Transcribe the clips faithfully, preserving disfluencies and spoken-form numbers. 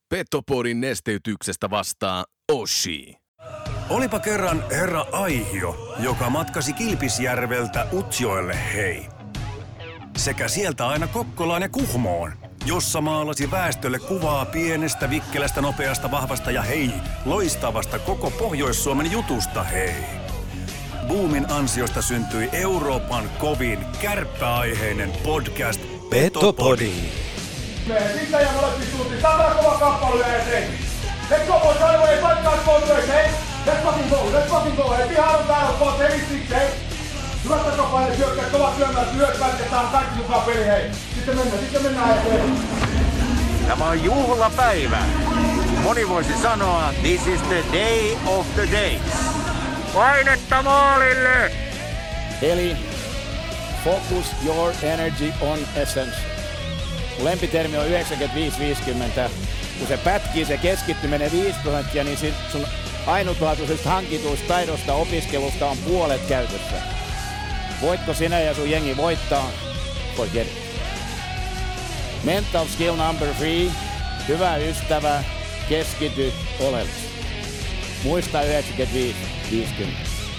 Petopodin nesteytyksestä vastaa Oshi. Olipa kerran herra Aihio, joka matkasi Kilpisjärveltä Utsjoelle hei. Sekä sieltä aina Kokkolaan ja Kuhmoon, jossa maalasi väestölle kuvaa pienestä, vikkelästä, nopeasta, vahvasta ja hei, loistavasta koko Pohjois-Suomen jutusta hei. Boomin ansiosta syntyi Euroopan kovin kärppäaiheinen podcast Petopodi. Sitä ja molempiin suuntiin. Saadaan kova kappailu ja eteen. Let's go boys, right away, fight guys, both ways, hey. Let's fucking go, let's fucking go, hey. Pihaan on täällä, boss, heavy six, hey. Hyvät takapaine, syökkäät, kovat syömään, lyöt vältetään, kaikki mukaan peli, hei. Sitten mennään, sitten mennään eteen. Tämä on juhlapäivä. Moni voisi sanoa, this is the day of the days. Painetta maalille! Eli focus your energy on essence. Lempitermi on yhdeksänkymmentäviisi viisikymmentä. Kun se pätkii, se keskittyminen viisi prosenttia, niin sit sun ainutlaatuisesta hankituista taidosta opiskelusta on puolet käytössä. Voitko sinä ja sun jengi voittaa? Forget it. Mental skill number three. Hyvä ystävä, keskity oleellisesti. Muista yhdeksänkymmentäviisi viisikymmentä.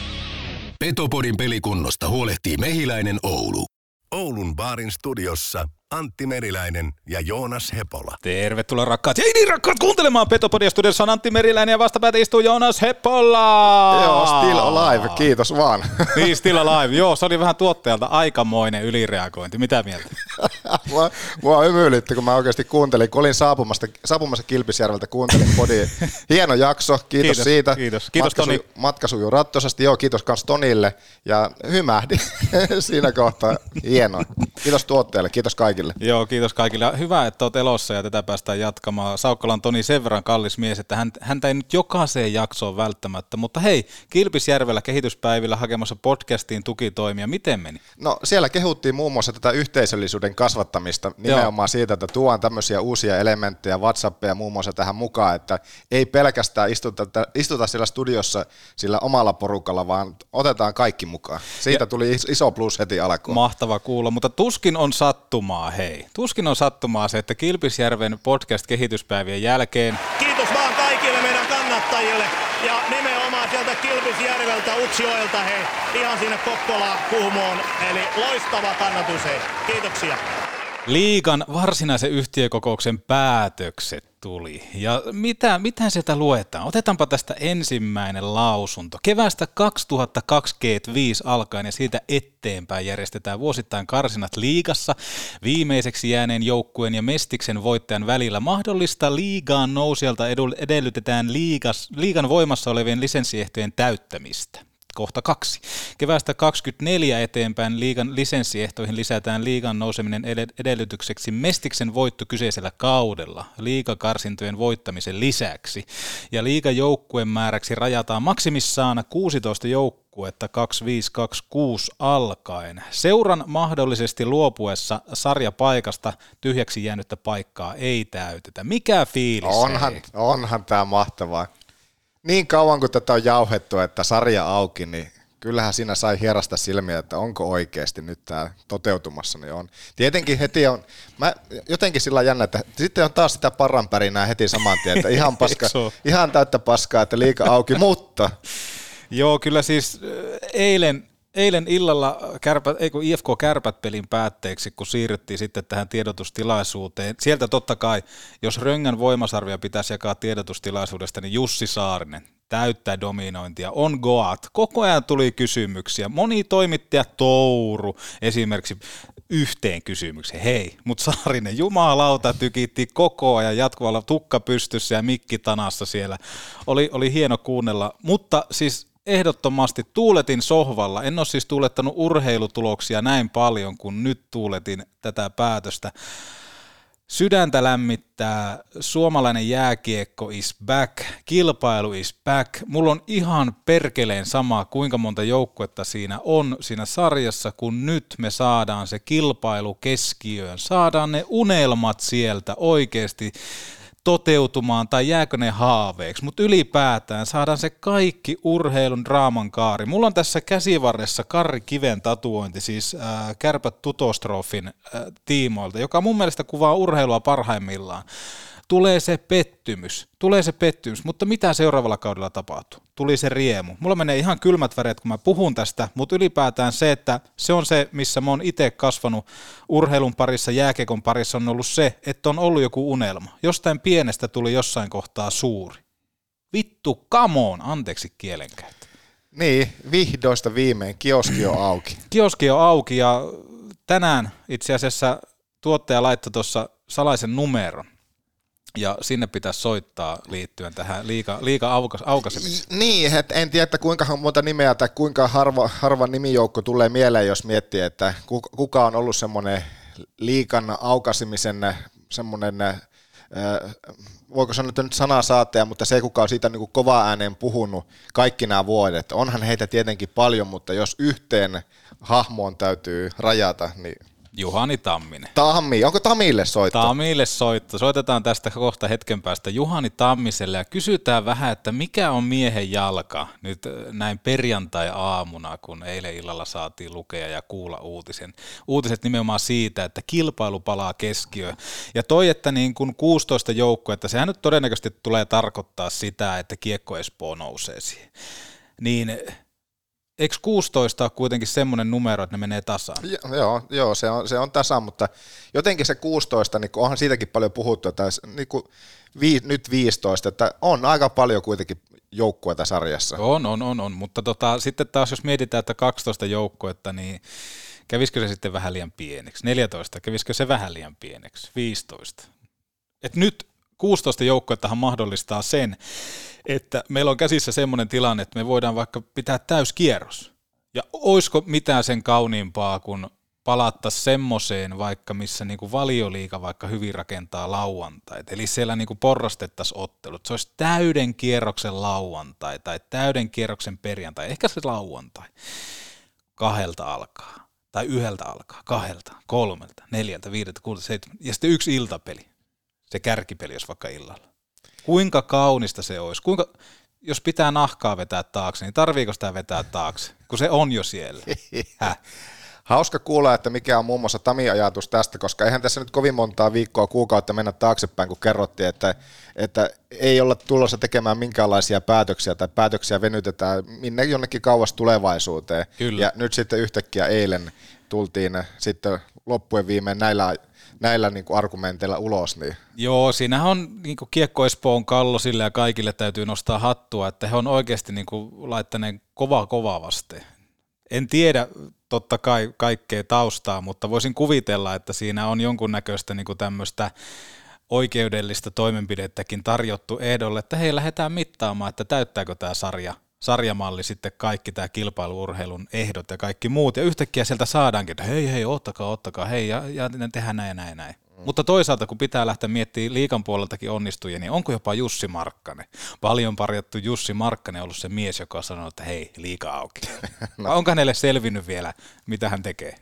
Petopodin pelikunnosta huolehtii Mehiläinen Oulu. Oulun baarin studiossa Antti Meriläinen ja Joonas Hepola. Tervetuloa rakkaat ja ei niin rakkaat kuuntelemaan Petopodia. Studiossa on Antti Meriläinen ja vastapäätä istuu Joonas Hepola. Joo, still alive, kiitos vaan. Niin, still alive. Joo, se oli vähän tuottajalta aikamoinen ylireagointi. Mitä mieltä? mua, mua hymyilytti, kun mä oikeasti kuuntelin, kun olin saapumassa, saapumassa Kilpisjärveltä, kuuntelin podia. Hieno jakso, kiitos, kiitos siitä. Kiitos, kiitos matka Toni. Su, matka sujuu rattosasti, joo, kiitos kans Tonille ja hymähdin siinä kohtaa. Hienoa. Kiitos tuottajalle, kiitos kaikille. Joo, kiitos kaikille. Hyvä, että olet elossa ja tätä päästään jatkamaan. Saukkolan Toni sen verran kallis mies, että häntä ei nyt jokaiseen jaksoon välttämättä, mutta hei, Kilpisjärvellä kehityspäivillä hakemassa podcastiin tukitoimia. Miten meni? No siellä kehuttiin muun muassa tätä yhteisöllisyyden kasvattamista, nimenomaan Joo. siitä, että tuon tämmöisiä uusia elementtejä, WhatsAppia muun muassa tähän mukaan, että ei pelkästään istuta, istuta siellä studiossa sillä omalla porukalla, vaan otetaan kaikki mukaan. Siitä ja tuli iso plus heti alkuun. Mahtava kuulla, mutta tuskin on sattumaa, hei. Tuskin on sattumaa se, että Kilpisjärven podcast-kehityspäivien jälkeen... Kiitos vaan kaikille meidän kannattajille ja nimenomaan sieltä Kilpisjärveltä, Utsjoelta, hei, ihan sinne Kokkolaan, Kuhmoon, eli loistava kannatus, hei. Kiitoksia. Liigan varsinaisen yhtiökokouksen päätökset tuli. Ja mitä, mitä sieltä luetaan? Otetaanpa tästä ensimmäinen lausunto. Keväästä kaksituhattakaksikymmentäviisi alkaen ja siitä eteenpäin järjestetään vuosittain karsinat liigassa. Viimeiseksi jääneen joukkueen ja mestiksen voittajan välillä mahdollista liigaan nousijalta edellytetään liigas, liigan voimassa olevien lisenssiehtojen täyttämistä. Kohta kaksi. Keväästä kaksikymmentäneljä eteenpäin liigan lisenssiehtoihin lisätään liigan nouseminen edellytykseksi mestiksen voitto kyseisellä kaudella liigakarsintojen voittamisen lisäksi. Ja liigajoukkueen määräksi rajataan maksimissaan kuusitoista joukkuetta kaksikymmentäviisi kaksikymmentäkuusi alkaen. Seuran mahdollisesti luopuessa sarjapaikasta tyhjäksi jäänyttä paikkaa ei täytetä. Mikä fiilis? Onhan, onhan tämä mahtavaa. Niin kauan kuin tätä on jauhettu, että sarja auki, niin kyllähän siinä sai hierasta silmiä, että onko oikeasti nyt tämä toteutumassa, niin on. Tietenkin heti on, mä jotenkin sillä jännä, että sitten on taas sitä parranpärinää heti saman tien, että ihan, paska, ihan täyttä paskaa, että liiga auki, mutta... Joo, kyllä siis eilen... Eilen illalla kärpät, ei kun I F K Kärpät-pelin päätteeksi, kun siirryttiin sitten tähän tiedotustilaisuuteen. Sieltä totta kai, jos Röngän voimasarvia pitäisi jakaa tiedotustilaisuudesta, niin Jussi Saarinen täyttää dominointia, on Goat. Koko ajan tuli kysymyksiä. Moni toimittaja Touru esimerkiksi yhteen kysymykseen. Hei, mutta Saarinen, jumalauta, tykitti koko ajan jatkuvalla tukka pystyssä ja mikki tanassa siellä. Oli, oli hieno kuunnella, mutta siis... Ehdottomasti tuuletin sohvalla. En ole siis tuulettanut urheilutuloksia näin paljon kuin nyt tuuletin tätä päätöstä. Sydäntä lämmittää, suomalainen jääkiekko is back, kilpailu is back. Mulla on ihan perkeleen sama, kuinka monta joukkuetta siinä on siinä sarjassa, kun nyt me saadaan se kilpailu keskiöön. Saadaan ne unelmat sieltä oikeasti toteutumaan tai jääkö ne haaveeksi, mutta ylipäätään saadaan se kaikki urheilun draaman kaari. Mulla on tässä käsivarressa Karri Kiven tatuointi, siis äh, Kärpät Tutostrofin äh, tiimoilta, joka mun mielestä kuvaa urheilua parhaimmillaan. tulee se pettymys, tulee se pettymys, mutta mitä seuraavalla kaudella tapahtuu? Tuli se riemu. Mulla menee ihan kylmät väreet, kun mä puhun tästä, mutta ylipäätään se, että se on se, missä mä oon itse kasvanut urheilun parissa, jääkiekon parissa on ollut se, että on ollut joku unelma. Jostain pienestä tuli jossain kohtaa suuri. Vittu, come on, anteeksi kielenkäyttö. Niin, vihdoista viimein, kioski on auki. Kioski on auki ja tänään itse asiassa tuottaja laittoi tuossa salaisen numeron ja sinne pitäisi soittaa liittyen tähän liiga, liiga aukas, aukaisemiseen. Niin, että en tiedä, että kuinka monta nimeä tai kuinka harva, harva nimijoukko tulee mieleen, jos miettii, että kuka on ollut semmoinen liigan aukaisemisen semmoinen, voiko sanoa nyt sanasaateja, mutta se kuka on siitä niin kuin kovaa ääneen puhunut kaikki nämä vuodet. Onhan heitä tietenkin paljon, mutta jos yhteen hahmoon täytyy rajata, niin Juhani Tamminen. Tammi, onko Tamille soitto? Tamille soitto. Soitetaan tästä kohta hetken päästä Juhani Tammiselle ja kysytään vähän, että mikä on miehen jalka nyt näin perjantai-aamuna, kun eilen illalla saatiin lukea ja kuulla uutisen. Uutiset nimenomaan siitä, että kilpailu palaa keskiöön. Ja toi, että niin kuin kuusitoista joukkuetta, sehän nyt todennäköisesti tulee tarkoittaa sitä, että Kiekko Espoo nousee siihen. Niin eikö kuusitoista ole kuitenkin semmoinen numero, että ne menee tasaan? Jo, joo, joo se, on, se on tasa, mutta jotenkin se kuusitoista, niin onhan siitäkin paljon puhuttu, että niin kuin vi, nyt viisitoista, että on aika paljon kuitenkin joukkueita sarjassa. On, on, on, on. Mutta tota, sitten taas jos mietitään, että kaksitoista joukkuetta, niin kävisikö se sitten vähän liian pieneksi? neljätoista, kävisikö se vähän liian pieneksi? viisitoista. Et nyt kuusitoista joukkuettahan mahdollistaa sen, että meillä on käsissä semmoinen tilanne, että me voidaan vaikka pitää täyskierros. Ja olisiko mitään sen kauniimpaa, kun palattaisiin semmoiseen vaikka, missä niinku Valioliiga vaikka hyvin rakentaa lauantait. Eli siellä niinku porrastettaisiin ottelut. Se olisi täyden kierroksen lauantai tai täyden kierroksen perjantai. Ehkä se lauantai. Kahdelta alkaa. Tai yhdeltä alkaa. Kahdelta, kolmelta, neljältä, viideltä, kuudelta, seitsemältä. Ja sitten yksi iltapeli. Se kärkipeli, jos vaikka illalla. Kuinka kaunista se olisi? Kuinka, jos pitää nahkaa vetää taakse, niin tarviiko sitä vetää taakse, kun se on jo siellä? Häh? Hauska kuulla, että mikä on muun muassa Tamin ajatus tästä, koska eihän tässä nyt kovin montaa viikkoa, kuukautta mennä taaksepäin, kun kerrottiin, että, että ei olla tulossa tekemään minkäänlaisia päätöksiä tai päätöksiä venytetään minne jonnekin kauas tulevaisuuteen. Kyllä. Ja nyt sitten yhtäkkiä eilen tultiin sitten loppujen viimein näillä näillä niin kuin argumenteilla ulos. Niin. Joo, siinähän on niin kuin Kiekko Espoon kallo sille ja kaikille täytyy nostaa hattua, että he on oikeasti niin kuin laittaneet kovaa kovaa vasteen. En tiedä totta kai kaikkea taustaa, mutta voisin kuvitella, että siinä on jonkunnäköistä niin kuin tämmöistä oikeudellista toimenpidettäkin tarjottu ehdolle, että hei, lähdetään mittaamaan, että täyttääkö tämä sarja, sarjamalli sitten kaikki tämä kilpailuurheilun ehdot ja kaikki muut, ja yhtäkkiä sieltä saadaankin, että hei, hei, ottakaa, ottakaa, hei, ja, ja tehdään näin ja näin näin. Mm. Mutta toisaalta, kun pitää lähteä miettimään liigan puoleltakin onnistujia, niin onko jopa Jussi Markkanen? Paljon parjattu Jussi Markkanen ollut se mies, joka on sanonut, että hei, liiga auki. No. Onko hänelle selvinnyt vielä, mitä hän tekee?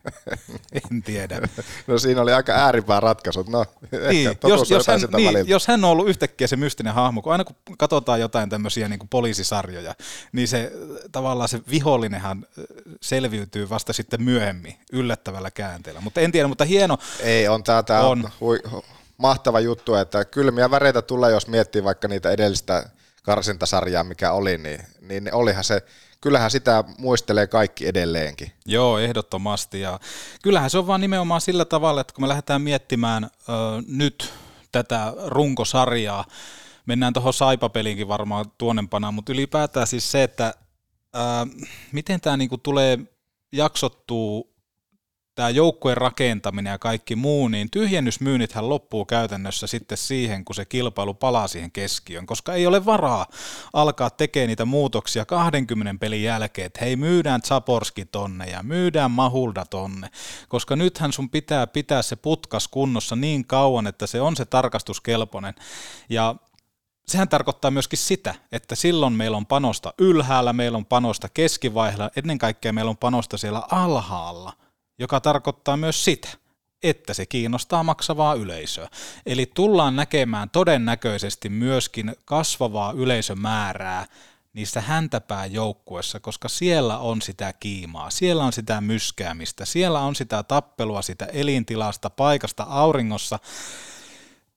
En tiedä. No siinä oli aika ääripää ratkaisut. No, niin, jos, jos, hän, niin, jos hän on ollut yhtäkkiä se mystinen hahmo, kun aina kun katsotaan jotain tämmöisiä niin kuin poliisisarjoja, niin se tavallaan se vihollinenhan selviytyy vasta sitten myöhemmin yllättävällä käänteellä. Mutta en tiedä, mutta hieno. Ei, on tää, tää on. Hui, mahtava juttu, että kylmiä väreitä tulee, jos miettii vaikka niitä edellistä karsintasarjaa, mikä oli, niin, niin olihan se, kyllähän sitä muistelee kaikki edelleenkin. Joo, ehdottomasti, ja kyllähän se on vaan nimenomaan sillä tavalla, että kun me lähdetään miettimään ö, nyt tätä runkosarjaa, mennään tuohon Saipa-peliinkin varmaan tuonnempana, mutta ylipäätään siis se, että ö, miten tämä niinku tulee jaksottua, tämä joukkueen rakentaminen ja kaikki muu, niin tyhjennysmyynnithän loppuu käytännössä sitten siihen, kun se kilpailu palaa siihen keskiöön, koska ei ole varaa alkaa tekemään niitä muutoksia kaksikymmentä pelin jälkeen, että hei, myydään Zaporski tonne ja myydään Mahulda tonne, koska nythän sun pitää pitää se putkas kunnossa niin kauan, että se on se tarkastuskelpoinen, ja sehän tarkoittaa myöskin sitä, että silloin meillä on panosta ylhäällä, meillä on panosta keskivaiheella, ennen kaikkea meillä on panosta siellä alhaalla, joka tarkoittaa myös sitä, että se kiinnostaa maksavaa yleisöä. Eli tullaan näkemään todennäköisesti myöskin kasvavaa yleisömäärää niissä häntäpääjoukkuessa, koska siellä on sitä kiimaa, siellä on sitä myskäämistä, siellä on sitä tappelua sitä elintilasta, paikasta auringossa.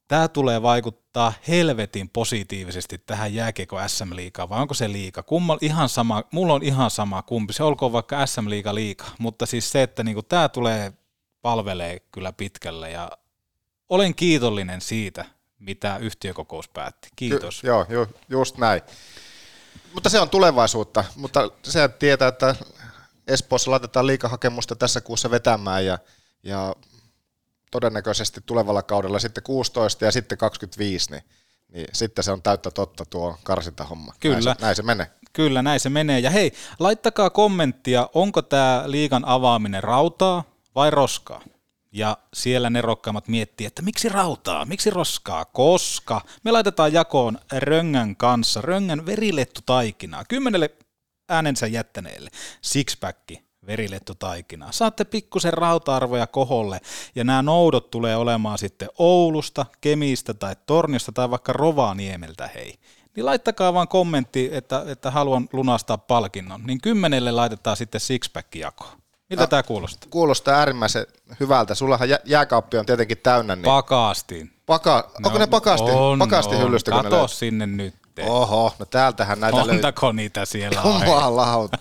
tämä tulee vaikuttaa helvetin positiivisesti tähän jääkiekko S M-liigaan, vai onko se liiga? Kummal, ihan sama, mulla on ihan sama kumpi, se olkoon vaikka S M-liiga liiga, mutta siis se, että niinku tämä tulee palvelee kyllä pitkälle, ja olen kiitollinen siitä, mitä yhtiökokous päätti. Kiitos. Ky- joo, ju, just näin. Mutta se on tulevaisuutta, mutta se tietää, että Espoossa laitetaan liigahakemusta tässä kuussa vetämään, ja, ja todennäköisesti tulevalla kaudella sitten kuusitoista ja sitten kaksikymmentäviisi, niin, niin sitten se on täyttä totta tuo karsintahomma. Kyllä. Näin se, näin se menee. Kyllä, näin se menee. Ja hei, laittakaa kommenttia, onko tämä liigan avaaminen rautaa vai roskaa? Ja siellä nerokkaimmat miettii, että miksi rautaa, miksi roskaa, koska me laitetaan jakoon Röngän kanssa, Röngän verilettu taikinaa, kymmenelle äänensä jättäneelle, sixpacki verilettu taikinaa. Saatte pikkusen rauta-arvoja koholle, ja nämä noudot tulee olemaan sitten Oulusta, Kemistä tai Torniosta tai vaikka Rovaniemeltä, hei. Niin laittakaa vaan kommentti, että, että haluan lunastaa palkinnon, niin kymmenelle laitetaan sitten sixpacki jakoon. Miltä tämä kuulostaa? Kuulostaa äärimmäisen hyvältä. Sullahan jä- jääkaappi on tietenkin täynnä. Niin... Pakastiin. Paka... Onko no, ne pakasti, on, pakasti on. hyllystä? Kato kun ne löytyy? sinne nyt. Oho, no täältähän näitä löytyy. Montako niitä siellä on? Jumalauta.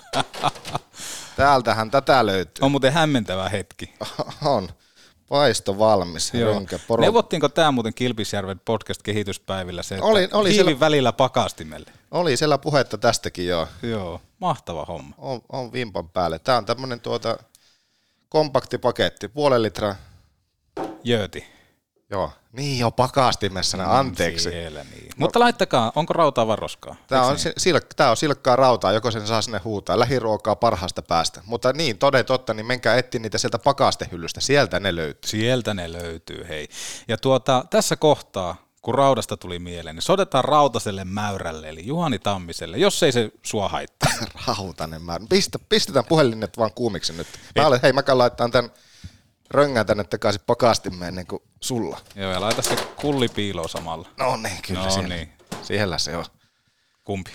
Täältähän tätä löytyy. On muuten hämmentävä hetki. On. Paisto valmis. Rönkä, poro... Neuvottiinko tämä muuten Kilpisjärven podcast-kehityspäivillä se, että oli, oli hiivin siellä... välillä pakastimelle? Oli siellä puhetta tästäkin, joo. Joo, mahtava homma. On, on vimpan päälle. Tämä on tämmöinen tuota kompaktipaketti, puolen litraa. Jööti. Joo, niin jo pakastimessa, anteeksi. Siellä niin. No. Mutta laittakaa, onko rautaa vai roskaa? Tämä on, niin? sil- tämä on silkkaa rautaa, joko sen saa sinne huutaa, lähiruokaa parhaasta päästä. Mutta niin, toden totta, niin menkää etsiä niitä sieltä pakastehyllystä, sieltä ne löytyy. Sieltä ne löytyy, hei. Ja tuota, tässä kohtaa, kun raudasta tuli mieleen, niin soitetaan Rautaselle Mäyrälle, eli Juhani Tammiselle, jos ei se sua haittaa. Rautanen Mäyrä. Pistä, pistetään puhelinnet vaan kuumiksi nyt. Mä olen, hei, mäkään laittaa tämän Röngän tänne takaisin pakastimeen niin kuin sulla. Joo, ja laita se kulli piiloon samalla. No niin, kyllä no siellä, niin. siellä se on. Kumpi?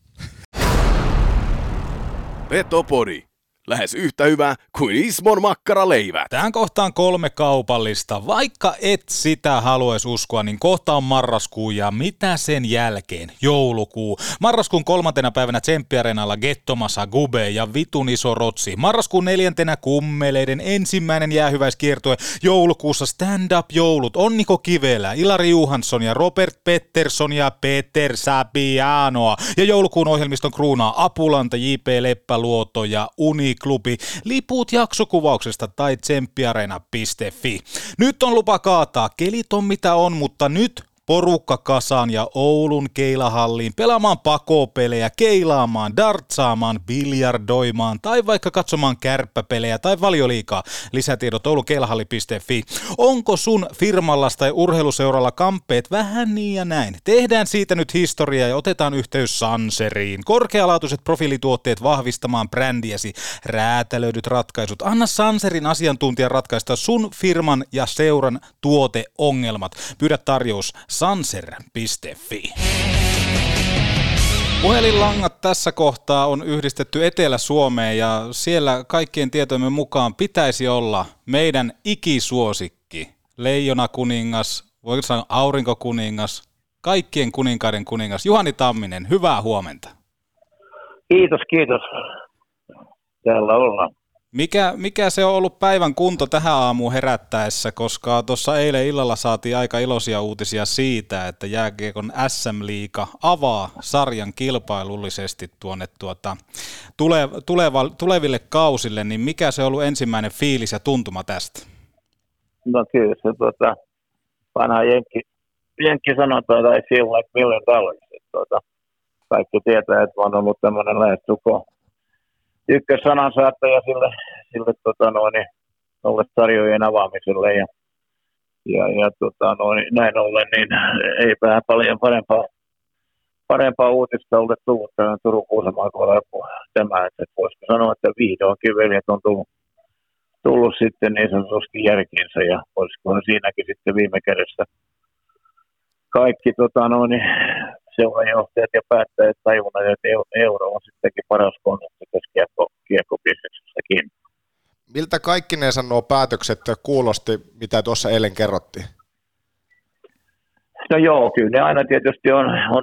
Petopodi. Lähes yhtä hyvä kuin Ismon makkaraleivät. Tähän kohtaan kolme kaupallista. Vaikka et sitä haluaisi uskoa, niin kohta on marraskuu ja mitä sen jälkeen? Joulukuu. Marraskuun kolmantena päivänä Tsemppi-areenalla Gettomasa Gube ja vitun iso rotsi. Marraskuun neljäntenä kummeleiden ensimmäinen jäähyväiskiertue. Joulukuussa stand-up-joulut. Onniko Kivelä, Ilari Johansson ja Robert Pettersson ja Peter Sabianoa. Ja joulukuun ohjelmiston kruunaa Apulanta, J P Leppäluoto ja Uni Klubi. Liput jaksokuvauksesta tai tsemppiareena piste fi. Nyt on lupa kaataa. Kelit on mitä on, mutta nyt porukka kasaan ja Oulun keilahalliin pelaamaan pakopelejä, keilaamaan, dartsaamaan, biljardoimaan tai vaikka katsomaan kärppäpelejä tai Valioliigaa. Lisätiedot oulukeilahalli piste fi. Onko sun firmalla tai urheiluseuralla kamppeet vähän niin ja näin? Tehdään siitä nyt historiaa ja otetaan yhteys Sanseriin. Korkealaatuiset profiilituotteet vahvistamaan brändiäsi. Räätälöidyt ratkaisut. Anna Sanserin asiantuntijan ratkaista sun firman ja seuran tuoteongelmat. Pyydä tarjous sanser piste fi. Puhelinlangat tässä kohtaa on yhdistetty Etelä-Suomeen ja siellä kaikkien tietojemme mukaan pitäisi olla meidän ikisuosikki, Leijona kuningas, voiko sanoa aurinkokuningas, kaikkien kuninkaiden kuningas, Juhani Tamminen, hyvää huomenta. Kiitos, kiitos. Täällä ollaan. Mikä, mikä se on ollut päivän kunto tähän aamuun herättäessä, koska tuossa eilen illalla saatiin aika iloisia uutisia siitä, että jääkiekon S M-liiga avaa sarjan kilpailullisesti tuonne tuota, tule, tuleva, tuleville kausille, niin mikä se on ollut ensimmäinen fiilis ja tuntuma tästä? No kyllä se tuota, vanha jenkki, jenkki sanotaan, tai feel like million dollars. Että, tuota, kaikki tietää, että mä oon ollut tämmöinen lähestulkoon ykkössanan saattaja sille, sille tota noin, noille sarjojen avaamiselle ja, ja, ja tota noin, näin ollen, niin eipä paljon parempaa, parempaa uutista ole tullut tämän Turun Kuusamaan kohdalla kuin tämä, että voisiko sanoa, että vihdoinkin veljet on tullut, tullut sitten niin sanotusti järkiinsä ja olisikohan siinäkin sitten viime kädessä kaikki tota noin, seurajohtajat ja päättäjät tajunnut, että euro on sittenkin paras konsepti tässä kiekko, kiekkobisneksessäkin. Miltä kaikki ne sanoo päätökset kuulosti, mitä tuossa eilen kerrottiin? No joo, kyllä ne aina tietysti on, on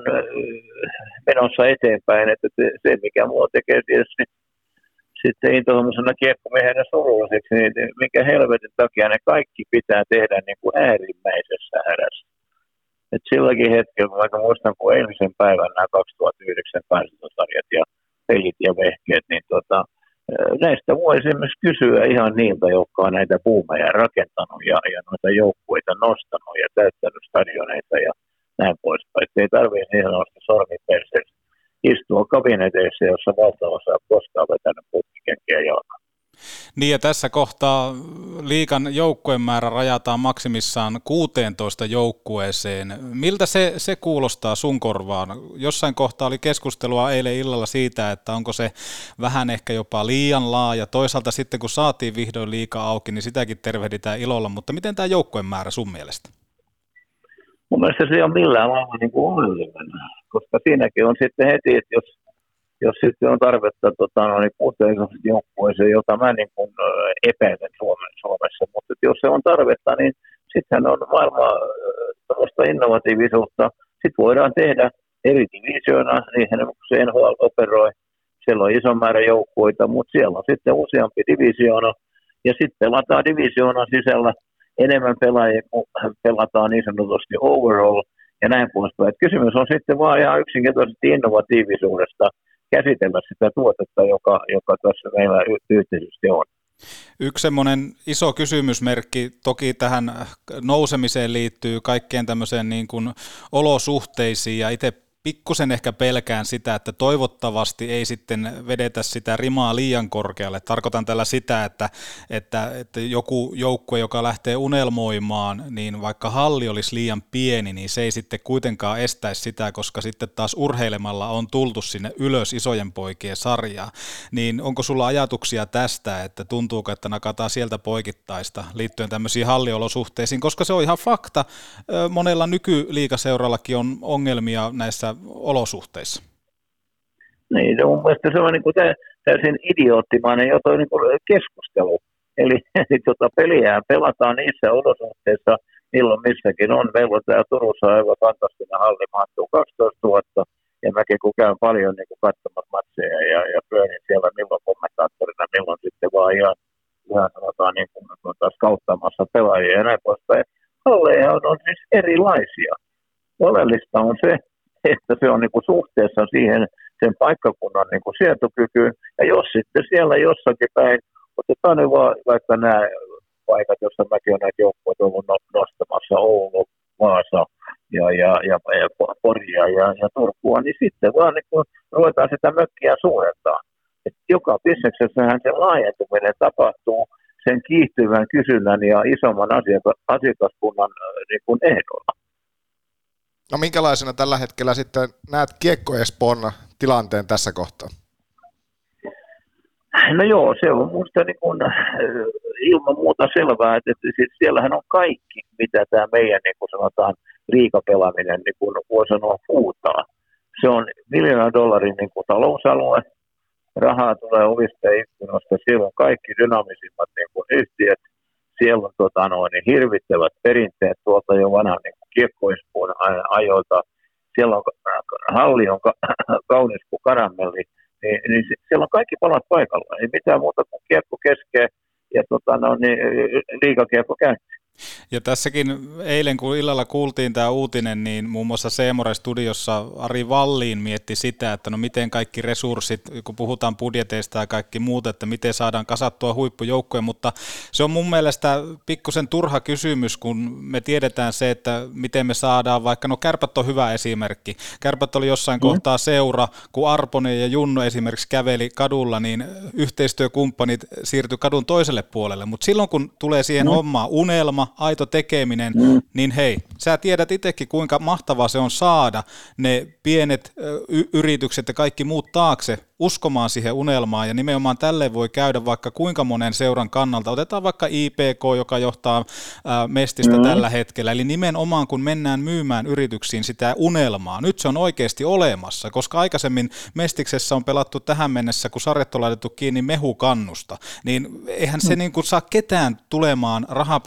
menossa eteenpäin, että se mikä mua tekee tietysti sitten intohimoisena kiekkomiehenä surulliseksi, niin mikä helvetin takia ne kaikki pitää tehdä niin kuin äärimmäisessä hädässä. Et silläkin hetkellä, vaikka muistan kun eilisen päivän nämä kaksituhattayhdeksän kansantosarjat ja pelit ja vehkeet, niin tota, näistä voi esimerkiksi kysyä ihan niiltä, jotka on näitä buumeja rakentanut ja, ja noita joukkueita nostanut ja täyttänyt stadioneita ja näin poispäin. Että ei tarvitse niin sanotusti sormiperseessä istua kabineteissa, jossa valtaosa on koskaan vetänyt putkikenkiä jalkaan. Niin ja tässä kohtaa liigan joukkueen määrä rajataan maksimissaan kuusitoista joukkueeseen. Miltä se, se kuulostaa sun korvaan? Jossain kohtaa oli keskustelua eilen illalla siitä, että onko se vähän ehkä jopa liian laaja. Toisaalta sitten kun saatiin vihdoin liiga auki, niin sitäkin tervehditään ilolla. Mutta miten tämä joukkueen määrä sun mielestä? Mun mielestä se ei ole millään lailla niin kuin onnellinen, koska siinäkin on sitten heti, että jos jos sitten on tarvetta tota, no, niin kuusitoista joukkueeseen, jota mä niin kuin epäilen Suomessa, mutta jos se on tarvetta, niin sittenhän on varmaan tällaista innovatiivisuutta. Sitten voidaan tehdä eri divisioona, niihin se N H L operoi, siellä on iso määrä joukkueita, mutta siellä on sitten useampi divisioona, ja sitten pelataan divisioonan sisällä enemmän pelaajia, kun pelataan niin sanotusti overall, ja näin poispäin. Et kysymys on sitten vaan ihan yksinkertaisesti innovatiivisuudesta, käsitellä sitä tuotetta, joka, joka tässä meillä yhteisesti on. Yksi semmoinen iso kysymysmerkki toki tähän nousemiseen liittyy kaikkeen tämmöiseen niin kuin olosuhteisiin ja itse pikkusen ehkä pelkään sitä, että toivottavasti ei sitten vedetä sitä rimaa liian korkealle. Tarkoitan tällä sitä, että, että, että joku joukkue, joka lähtee unelmoimaan, niin vaikka halli olisi liian pieni, niin se ei sitten kuitenkaan estäisi sitä, koska sitten taas urheilemalla on tultu sinne ylös isojen poikien sarjaa. Niin onko sulla ajatuksia tästä, että tuntuuko, että nakataan sieltä poikittaista liittyen tämmöisiin halliolosuhteisiin, koska se on ihan fakta. Monella nykyliigaseurallakin on ongelmia näissä olosuhteissa. Niin, se mun mielestä se on niin kuin täysin idioottimainen jo toi niin kuin keskustelu. Eli, eli tota, peliä pelataan niissä olosuhteissa, milloin missäkin on. Meillä on täällä Turussa aivan fantastinen halli, mahtuu kaksitoistatuhatta, ja mäkin kun käyn paljon niin kuin katsomassa matseja ja, ja pyörin siellä milloin kommentaattorina, milloin sitten vaan ihan, ihan sanotaan niin kuin tuota, skauttaamassa pelaajia ja näin poispäin. Halleja on, on siis erilaisia. Oleellista on se, että se on niin kuin suhteessa siihen sen paikkakunnan niin kuin sietokykyyn. Ja jos sitten siellä jossakin päin, otetaan nyt vaan vaikka nämä paikat, joissa mäkin olen näitä joukkoja ollut nostamassa, Oulu, Vaasa ja, ja, ja, ja Poria ja, ja Turkua, niin sitten vaan niin kuin ruvetaan sitä mökkiä suurentaa. Et joka bisneksessähän se laajentuminen tapahtuu sen kiihtyvän kysynnän ja isomman asiakas, asiakaskunnan niin kuin ehdolla. No minkälaisena tällä hetkellä sitten näet Kiekko Espoon tilanteen tässä kohtaa? No joo, se on minusta niin kuin ilman muuta selvää, että, että siis siellähän on kaikki, mitä tämä meidän niin kuin sanotaan liigapelaaminen niin kuin voi sanoa huutaa. Se on miljoonan dollarin niin kuin talousalue, rahaa tulee ovista ja ikkunoista, siellä on kaikki dynaamisimmat niin kuin yhtiöt, siellä on tota, noin, niin hirvittävät perinteet tuolta jo vanhan niin Kiekko Espoon ajoilta. Siellä on halli, on kaunis kuin karamelli, niin, niin siellä on kaikki palat paikalla. Ei mitään muuta kuin kiekko keskeen ja tota, no, niin, liigakiekko käyntiin. Ja tässäkin eilen, kun illalla kuultiin tämä uutinen, niin muun muassa Seemore-studiossa Ari Valliin mietti sitä, että no miten kaikki resurssit, kun puhutaan budjeteista ja kaikki muuta, että miten saadaan kasattua huippujoukkoja, mutta se on mun mielestä pikkusen turha kysymys, kun me tiedetään se, että miten me saadaan, vaikka no Kärpät on hyvä esimerkki. Kärpät oli jossain mm. kohtaa seura, kun Arponen ja Junno esimerkiksi käveli kadulla, niin yhteistyökumppanit siirtyi kadun toiselle puolelle, mutta silloin kun tulee siihen mm. hommaan unelma, aito tekeminen, mm. niin hei, sä tiedät itsekin, kuinka mahtavaa se on saada ne pienet y- yritykset ja kaikki muut taakse uskomaan siihen unelmaan, ja nimenomaan tälleen voi käydä vaikka kuinka monen seuran kannalta. Otetaan vaikka I P K, joka johtaa ää, Mestistä mm. tällä hetkellä, eli nimenomaan kun mennään myymään yrityksiin sitä unelmaa, nyt se on oikeasti olemassa, koska aikaisemmin Mestiksessä on pelattu tähän mennessä, kun sarjat on laitettu kiinni mehukannusta, niin eihän se mm. niin kuin saa ketään tulemaan rahapussinkaan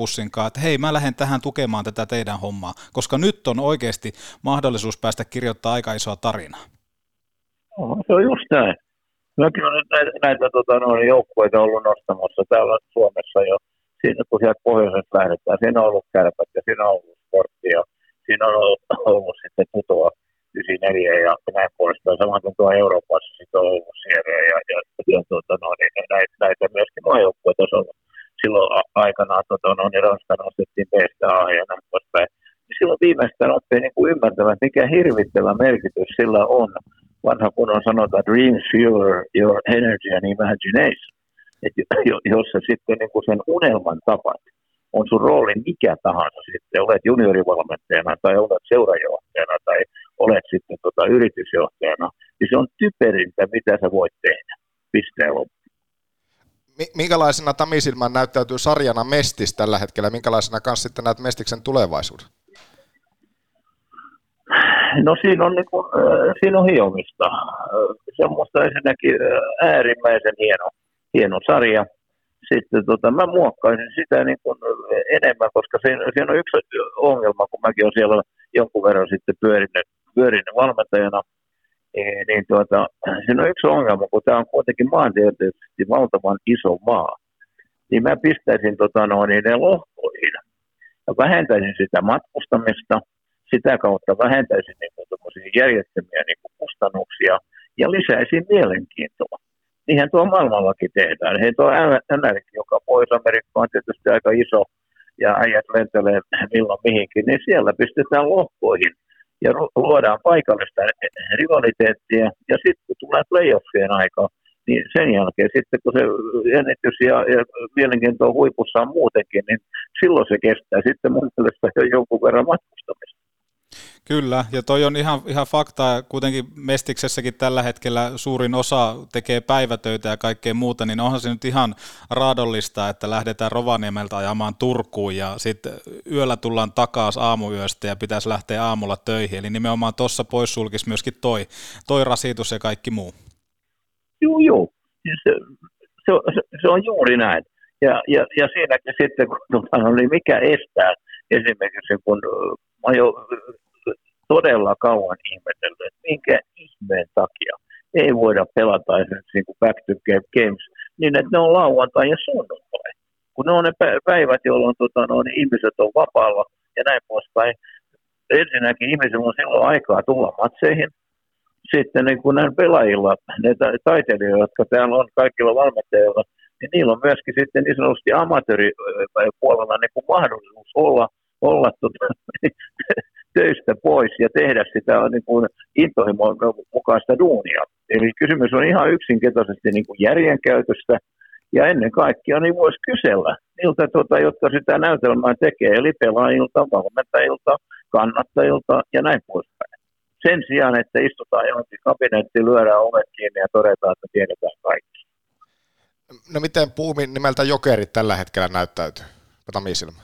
mukaan, että hei, mä lähden tähän tukemaan tätä teidän hommaa, koska nyt on oikeasti mahdollisuus päästä kirjoittamaan aika isoa tarinaa. Oh, se on just näin. Mäkin olen näitä, näitä tota, noin joukkueita ollut nostamassa täällä Suomessa jo. Siinä, kun sieltä pohjoisesta lähdetään, siinä on ollut Kärpät ja siinä on ollut Sportti ja siinä on ollut, ollut sitten Tutoa yhdeksänkymmentäneljä ja näin puolestaan. Samoin kuin tuo Euroopassa sitten on ollut Sierra ja, ja, ja tota, no, niin, näitä, näitä myöskin nuo joukkueita on ollut. Silloin aikanaan tota, no, niin Ranska nostettiin B:stä A ja näin puolestaan. Silloin viimeistään oppii niin kuin ymmärtämään, mikä hirvittävä merkitys sillä on. Vanha kun on sanotaan, dreams fuel your energy and imagination. Että jos sä sitten niin kuin sen unelman tapat, on sun rooli mikä tahansa sitten, olet juniorivalmentajana tai olet seurajohtajana tai olet sitten tota yritysjohtajana, niin se on typerintä, mitä sä voit tehdä. Pisteen loppuun. Minkälaisena Tamisilmään näyttäytyy sarjana Mestis tällä hetkellä? Minkälaisena kanssa sitten näet Mestiksen tulevaisuuden? No siinä on, niin kuin, siinä on hiomista. Se on musta ensinnäkin äärimmäisen hieno, hieno sarja. Sitten tota, mä muokkaisin sitä niin kuin enemmän, koska siinä, siinä on yksi ongelma, kun mäkin olen siellä jonkun verran sitten pyörinyt, pyörinyt valmentajana, niin, niin tuota, siinä on yksi ongelma, kun tämä on kuitenkin maantieteellisesti valtavan iso maa, niin mä pistäisin tota, no, niin ne lohkoihin ja vähentäisin sitä matkustamista, sitä kautta vähentäisin niin kuin, järjettömiä niin kuin, kustannuksia ja lisäisin mielenkiintoa. Niinhän tuo maailmallakin tehdään. Hei, tuo N R, joka Pohjois-Amerikka on tietysti aika iso ja äijät lentelee milloin mihinkin, niin siellä pistetään lohkoihin ja luodaan paikallista rivaliteettia. Ja sitten kun tulee playoffien aika, niin sen jälkeen sitten kun se jännitys ja, ja mielenkiinto on huipussaan muutenkin, niin silloin se kestää sitten mun mielestä jo jonkun verran matkustamista. Kyllä, ja toi on ihan, ihan fakta, kuitenkin Mestiksessäkin tällä hetkellä suurin osa tekee päivätöitä ja kaikkea muuta, niin onhan se nyt ihan raadollista, että lähdetään Rovaniemeltä ajamaan Turkuun ja sitten yöllä tullaan takaisin aamuyöstä ja pitäisi lähteä aamulla töihin, eli nimenomaan tuossa poissulkisi myöskin toi, toi rasitus ja kaikki muu. Joo, joo, se, se, se, se on juuri näin, ja, ja, ja siinäkin sitten, kun, niin mikä estää esimerkiksi, kun mä jo todella kauan ihmetellyt, että minkä ihmeen takia ei voida pelata esimerkiksi niin kuin back to games niin, että ne on lauantai ja sunnuntai. Kun ne on ne päivät, jolloin tota, no, niin ihmiset on vapaalla ja näin poispäin. Ensinnäkin ihmisillä on silloin aikaa tulla matseihin. Sitten niin kuin näin pelaajilla, ne taiteilijoilla, jotka täällä on kaikilla valmentajilla, niin niillä on myöskin sitten niin sanotusti amatööripuolella niin kuin mahdollisuus olla, olla tota, töistä pois ja tehdä sitä niin kuin intohimon mukaista duunia. Eli kysymys on ihan yksinkertaisesti niin kuin järjenkäytöstä ja ennen kaikkea niin voisi kysellä niiltä, tuota, jotka sitä näytelmää tekee, eli pelaajilta, valmentajilta, kannattajilta ja näin poispäin. Sen sijaan, että istutaan johonkin kabinettiin, lyödään ovet kiinni ja todetaan, että tiedetään kaikki. No miten Puumin nimeltä Jokerit tällä hetkellä näyttäytyy? Tamisilmä.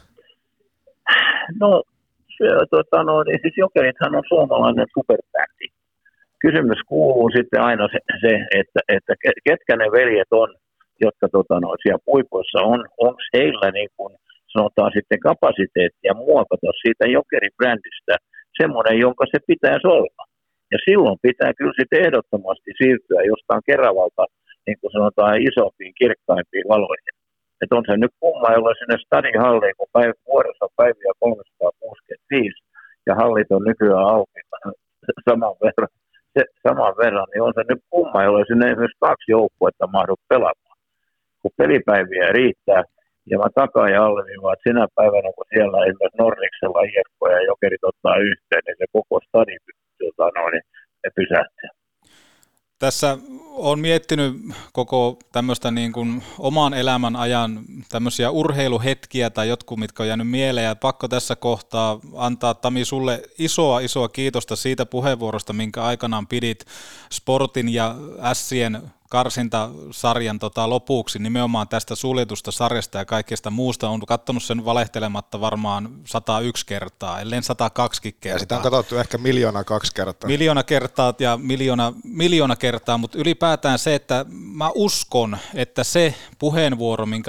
No, se, tota, no niin siis Jokerithan on suomalainen superbändi. Kysymys kuuluu sitten aina se, se että, että ketkä ne veljet on, jotka tota, no, siellä puipuissa on. Onko heillä niin kuin sanotaan sitten kapasiteettia muokata siitä Jokeri-brändistä semmoinen, jonka se pitäisi olla. Ja silloin pitää kyllä sitten ehdottomasti siirtyä jostain Keravalta, niin kuin sanotaan, isompiin, kirkkaimpiin valoihin. Että on se nyt kumma, jolla sinne stadihalliin, kun päiv- vuodessa on päiviä kolmesataakuusikymmentäviisi ja hallit on nykyään auki saman verran, se, saman verran, niin on se nyt kumma, jolla sinne esimerkiksi kaksi joukkuetta mahdu pelaamaan. Kun pelipäiviä riittää, ja mä takaa ja alleviivaan, että sinä päivänä, kun siellä esimerkiksi Nordiksella I F K ja Jokerit ottaa yhteen, niin se koko stadi niin pysähtyy. Tässä olen miettinyt koko tämmöistä niin kuin oman elämän ajan tämmöisiä urheiluhetkiä tai jotkut, mitkä on jäänyt mieleen, ja pakko tässä kohtaa antaa, Tami, sulle isoa isoa kiitosta siitä puheenvuorosta, minkä aikanaan pidit Sportin ja Ässien karsintasarjan tota, lopuksi nimenomaan tästä suljetusta sarjasta ja kaikesta muusta. On katsonut sen valehtelematta varmaan sata yksi kertaa, ellen sata kaksi kertaa. Ja sitä on katsottu ehkä miljoona kaksi kertaa. Miljoona kertaa ja miljoona, miljoona kertaa, mutta ylipäätään se, että mä uskon, että se puheenvuoro, minkä aikanaan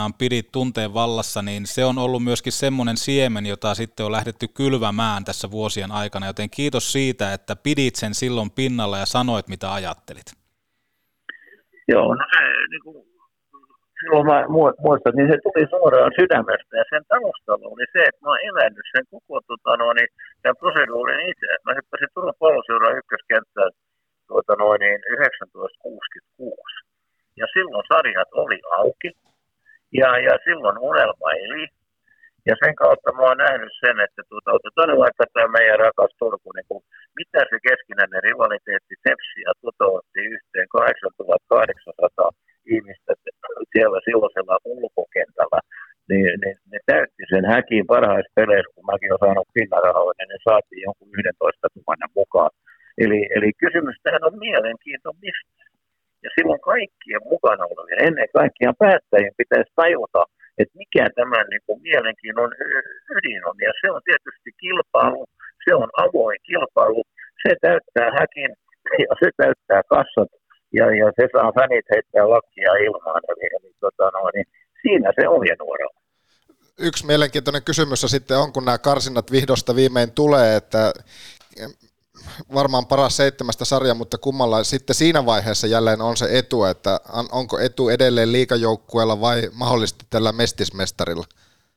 aikanaan pidit tunteen vallassa, niin se on ollut myöskin semmoinen siemen, jota sitten on lähdetty kylvämään tässä vuosien aikana, joten kiitos siitä, että pidit sen silloin pinnalla ja sanoit, mitä ajattelit. Joo, no se, niin kuin, silloin mä muistan, niin se tuli suoraan sydämestä, ja sen taustalla oli se, että mä oon elänyt sen koko tota, no, niin, tämän proseduurin itse. Mä hyppäsin Turun Palloseuraan ykköskenttään tuota, noin, niin yhdeksäntoista kuusikymmentäkuusi. Ja silloin sarjat oli auki, ja, ja silloin unelma eli. Ja sen kautta mä oon nähnyt sen, että tuota, otetaan nyt vaikka tämä meidän rakas Turku, niin kuin, mitä se keskinäinen rivaliteetti Tepsi ja Toto otti yhteen kahdeksantuhattakahdeksansataa ihmistä siellä silloisella ulkokentällä, niin, niin ne täytti sen häkin parhaissa peleissä, kun mäkin olen saanut pinnarahoja, niin ne saatiin jonkun yksitoista tuhatta mukaan. Eli, eli kysymys tähän on mielenkiintoista. Ja silloin kaikkien mukana olevien, ennen kaikkea päättäjien pitäisi tajuta, että mikä tämän niin kuin mielenkiinnon ydin on. Ja se on tietysti kilpailu, se on avoin kilpailu, se täyttää häkin ja se täyttää kassat ja, ja se saa fänit heittää lakkia ilmaan. Eli, eli tota no, niin siinä se ohjenuora. Yksi mielenkiintoinen kysymys sitten on, kun nämä karsinnat vihdosta viimein tulee, että varmaan paras seitsemästä sarja, mutta kummalla sitten siinä vaiheessa jälleen on se etu, että onko etu edelleen liigajoukkueella vai mahdollisesti tällä mestismestarilla?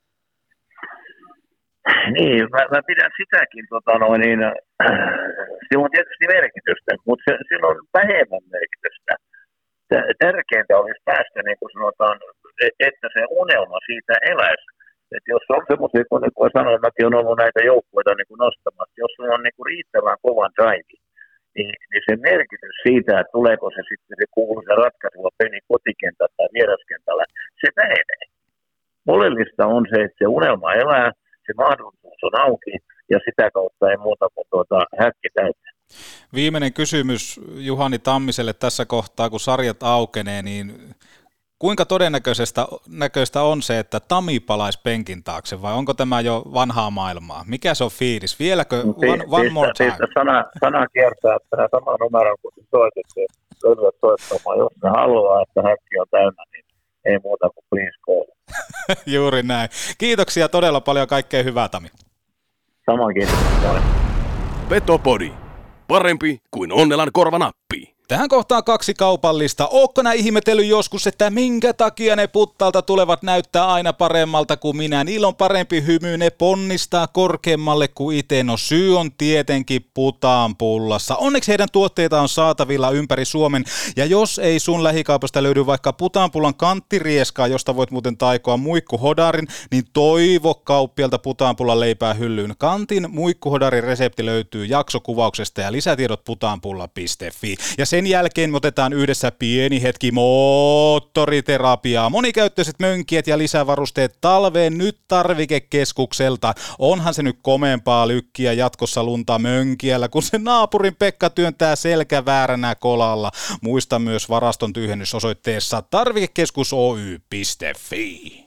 Niin, mä, mä pidän sitäkin, tota noin, niin, sillä on tietysti merkitystä, mutta se, sillä on vähemmän merkitystä. Tärkeintä olisi päästä, niin kuin sanotaan, että se unelma siitä eläisi. Että jos on semmoisia, kun niin sanoin, mäkin on ollut näitä joukkueita niin kuin nostamassa, jos on niin kuin riittävän kovan drive, niin, niin se merkitys siitä, että tuleeko se sitten se kuuluisa ratkaisuva peli kotikentällä tai vieraskentällä, se vähenee. Oleellista on se, että se unelma elää, se mahdollisuus on auki ja sitä kautta ei muuta kuin tuota häkki täyttää. Viimeinen kysymys Juhani Tammiselle tässä kohtaa, kun sarjat aukenee, niin kuinka todennäköistä näköistä on se, että Tami palaisi penkin taakse, vai onko tämä jo vanhaa maailmaa? Mikä se on fiilis? Vieläkö one, one more time? Siitä sana, sana kiertää, että tämä sama numero, kun se soitettiin, löytyvät soittamaan. Jos ne haluaa, että häkki on täynnä, niin ei muuta kuin please call. Juuri näin. Kiitoksia todella paljon, kaikkea hyvää, Tami. Samoin kiitos. Petopodi. Parempi kuin Onnelan korvanappi. Tähän kohtaan kaksi kaupallista. Ootko nää ihmetellyt joskus, että minkä takia ne puttalta tulevat näyttää aina paremmalta kuin minä? Niillä on parempi hymy, ne ponnistaa korkeammalle kuin itse. No syy on tietenkin Putaanpullassa. Onneksi heidän tuotteita on saatavilla ympäri Suomen. Ja jos ei sun lähikaupasta löydy vaikka Putaanpullan kanttirieskaa, josta voit muuten taikoa muikkuhodarin, niin toivo kauppialta Putaanpullan leipää hyllyyn. Kantin muikkuhodarin resepti löytyy jaksokuvauksesta ja lisätiedot putaanpulla piste fi. Ja sen jälkeen me otetaan yhdessä pieni hetki moottoriterapiaa. Monikäyttöiset mönkijät ja lisävarusteet talveen nyt tarvikekeskukselta. Onhan se nyt komeempaa lykkiä jatkossa lunta mönkiällä, kun se naapurin Pekka työntää selkä vääränä kolalla. Muista myös varaston tyhjennys osoitteessa tarvikekeskus oy piste fi.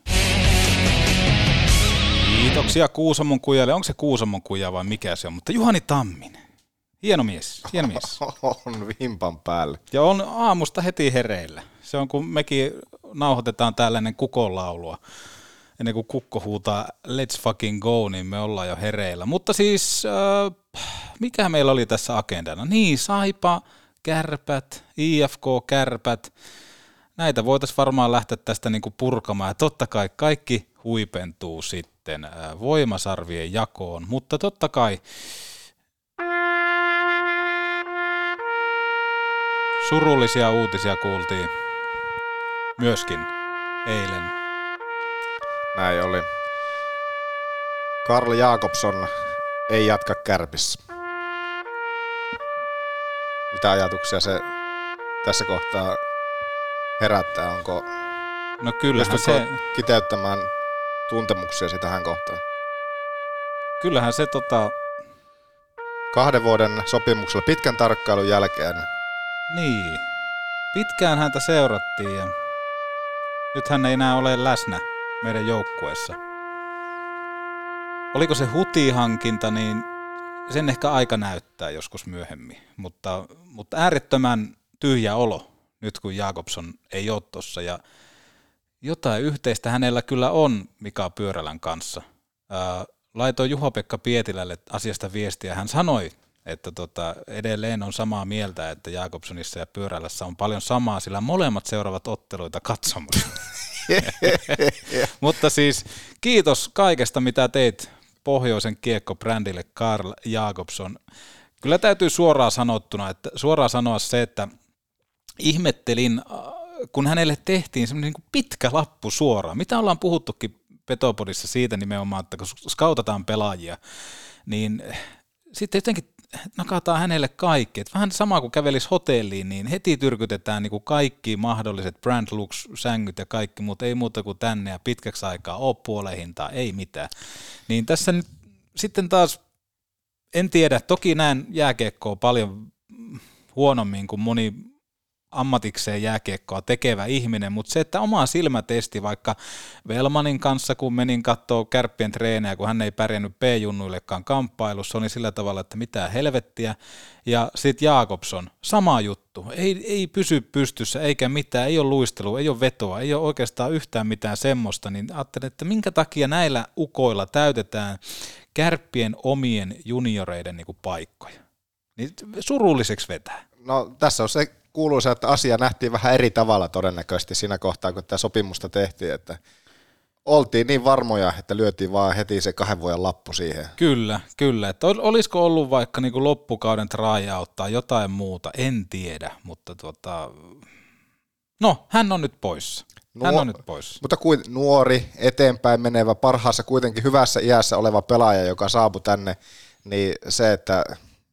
Kiitoksia Kuusamon kujalle. Onko se Kuusamon kuja vai mikä se on? Mutta Juhani Tamminen. Hieno mies, hieno mies. On vimpan päälle. Ja on aamusta heti hereillä. Se on, kun mekin nauhoitetaan täällä ennen kukon laulua. Ennen kuin kukko huutaa let's fucking go, niin me ollaan jo hereillä. Mutta siis, äh, mikä meillä oli tässä agendana? Niin, Saipa, Kärpät, I F K, Kärpät. Näitä voitaisiin varmaan lähteä tästä niinku purkamaan. Ja totta kai kaikki huipentuu sitten äh, voimasarvien jakoon. Mutta totta kai surullisia uutisia kuultiin myöskin eilen. Näin oli. Karl Jakobsson ei jatka Kärpissä. Mitä ajatuksia se tässä kohtaa herättää? Onko no kyllähän se kiteyttämään tuntemuksia tähän kohtaan? Kyllähän se tota kahden vuoden sopimuksella pitkän tarkkailun jälkeen. Niin. Pitkään häntä seurattiin ja nyt hän ei enää ole läsnä meidän joukkueessa. Oliko se hutihankinta, niin sen ehkä aika näyttää joskus myöhemmin, mutta, mutta äärettömän tyhjä olo nyt kun Jakobsson ei ole tossa ja, jotain yhteistä hänellä kyllä on Mika Pyörälän kanssa. Ää, laitoin Juho-Pekka Pietilälle asiasta viestiä. Hän sanoi, että tota, edelleen on samaa mieltä, että Jakobssonissa ja Pyörälässä on paljon samaa, sillä molemmat seuraavat otteluita katsomaan. Mutta siis kiitos kaikesta, mitä teit pohjoisen kiekkobrändille, Carl Jakobsson. Kyllä täytyy suoraan sanottuna, että suoraan sanoa se, että ihmettelin, kun hänelle tehtiin semmoinen niin kuin pitkä lappu suoraan. Mitä ollaan puhuttukin Petopodissa siitä nimenomaan, että kun skautataan pelaajia, niin sitten jotenkin nakataan hänelle kaikki. Että vähän sama kuin kävelisi hotelliin, niin heti tyrkytetään niin kuin kaikki mahdolliset brand looks, sängyt ja kaikki, mutta ei muuta kuin tänne ja pitkäksi aikaa ole puoleen hintaa, ei mitään. Niin tässä nyt sitten taas, en tiedä, toki näen jääkiekkoa paljon huonommin kuin moni ammatikseen jääkiekkoa tekevä ihminen, mutta se, että oma silmätesti vaikka Velmanin kanssa, kun menin kattoo Kärppien treenejä, kun hän ei pärjännyt P-junnuillekaan kamppailussa, oli sillä tavalla, että mitä helvettiä, ja sitten Jakobsson, sama juttu, ei, ei pysy pystyssä eikä mitään, ei ole luistelua, ei ole vetoa, ei ole oikeastaan yhtään mitään semmoista, niin ajattelin, että minkä takia näillä ukoilla täytetään Kärppien omien junioreiden niin kuin paikkoja, niin surulliseksi vetää. No tässä on se kuuluu se, että asia nähtiin vähän eri tavalla todennäköisesti siinä kohtaa, kun tämä sopimusta tehtiin, että oltiin niin varmoja, että lyötiin vaan heti se kahden vuoden lappu siihen. Kyllä, kyllä. Että olisiko ollut vaikka niin kuin loppukauden tryout tai jotain muuta, en tiedä, mutta tuota, no, hän on nyt pois. Hän Nuo, on nyt pois. Mutta kuin nuori, eteenpäin menevä, parhaassa kuitenkin hyvässä iässä oleva pelaaja, joka saapui tänne, niin se, että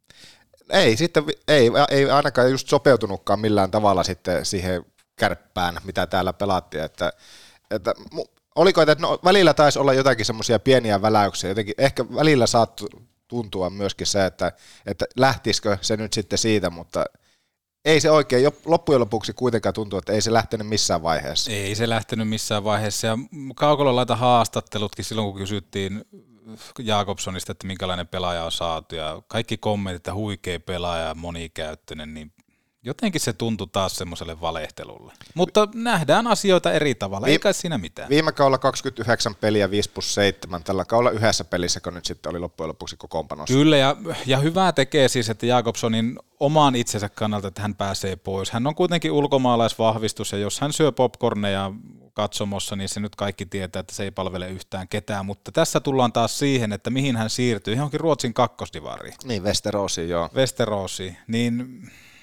Ei, sitten, ei, ei ainakaan just sopeutunutkaan millään tavalla sitten siihen Kärppään, mitä täällä pelattiin, että, että oliko, että no, välillä taisi olla jotakin semmoisia pieniä väläyksiä, jotenkin ehkä välillä saattoi tuntua myöskin se, että, että lähtisikö se nyt sitten siitä, mutta ei se oikein, loppujen lopuksi kuitenkaan tuntuu, että ei se lähtenyt missään vaiheessa. Ei se lähtenyt missään vaiheessa, ja Kaukolla laita haastattelutkin silloin, kun kysyttiin Jakobssonista, että minkälainen pelaaja on saatu, ja kaikki kommentit, että huikea pelaaja, monikäyttöinen, niin jotenkin se tuntui taas semmoiselle valehtelulle. Mutta nähdään asioita eri tavalla, ei kai siinä mitään. Viime kaudella kaksikymmentäyhdeksän peliä, viisi plus seitsemän, tällä kaudella yhdessä pelissä, kun nyt sitten oli loppujen lopuksi kokoonpanossa. Kyllä, ja, ja hyvää tekee siis, että Jakobssonin oman itsensä kannalta, että hän pääsee pois. Hän on kuitenkin ulkomaalaisvahvistus, ja jos hän syö popcorneja katsomossa, niin se nyt kaikki tietää, että se ei palvele yhtään ketään, mutta tässä tullaan taas siihen, että mihin hän siirtyy, johonkin Ruotsin kakkosdivariin. Niin, Westerosiin, joo. Westerosiin, niin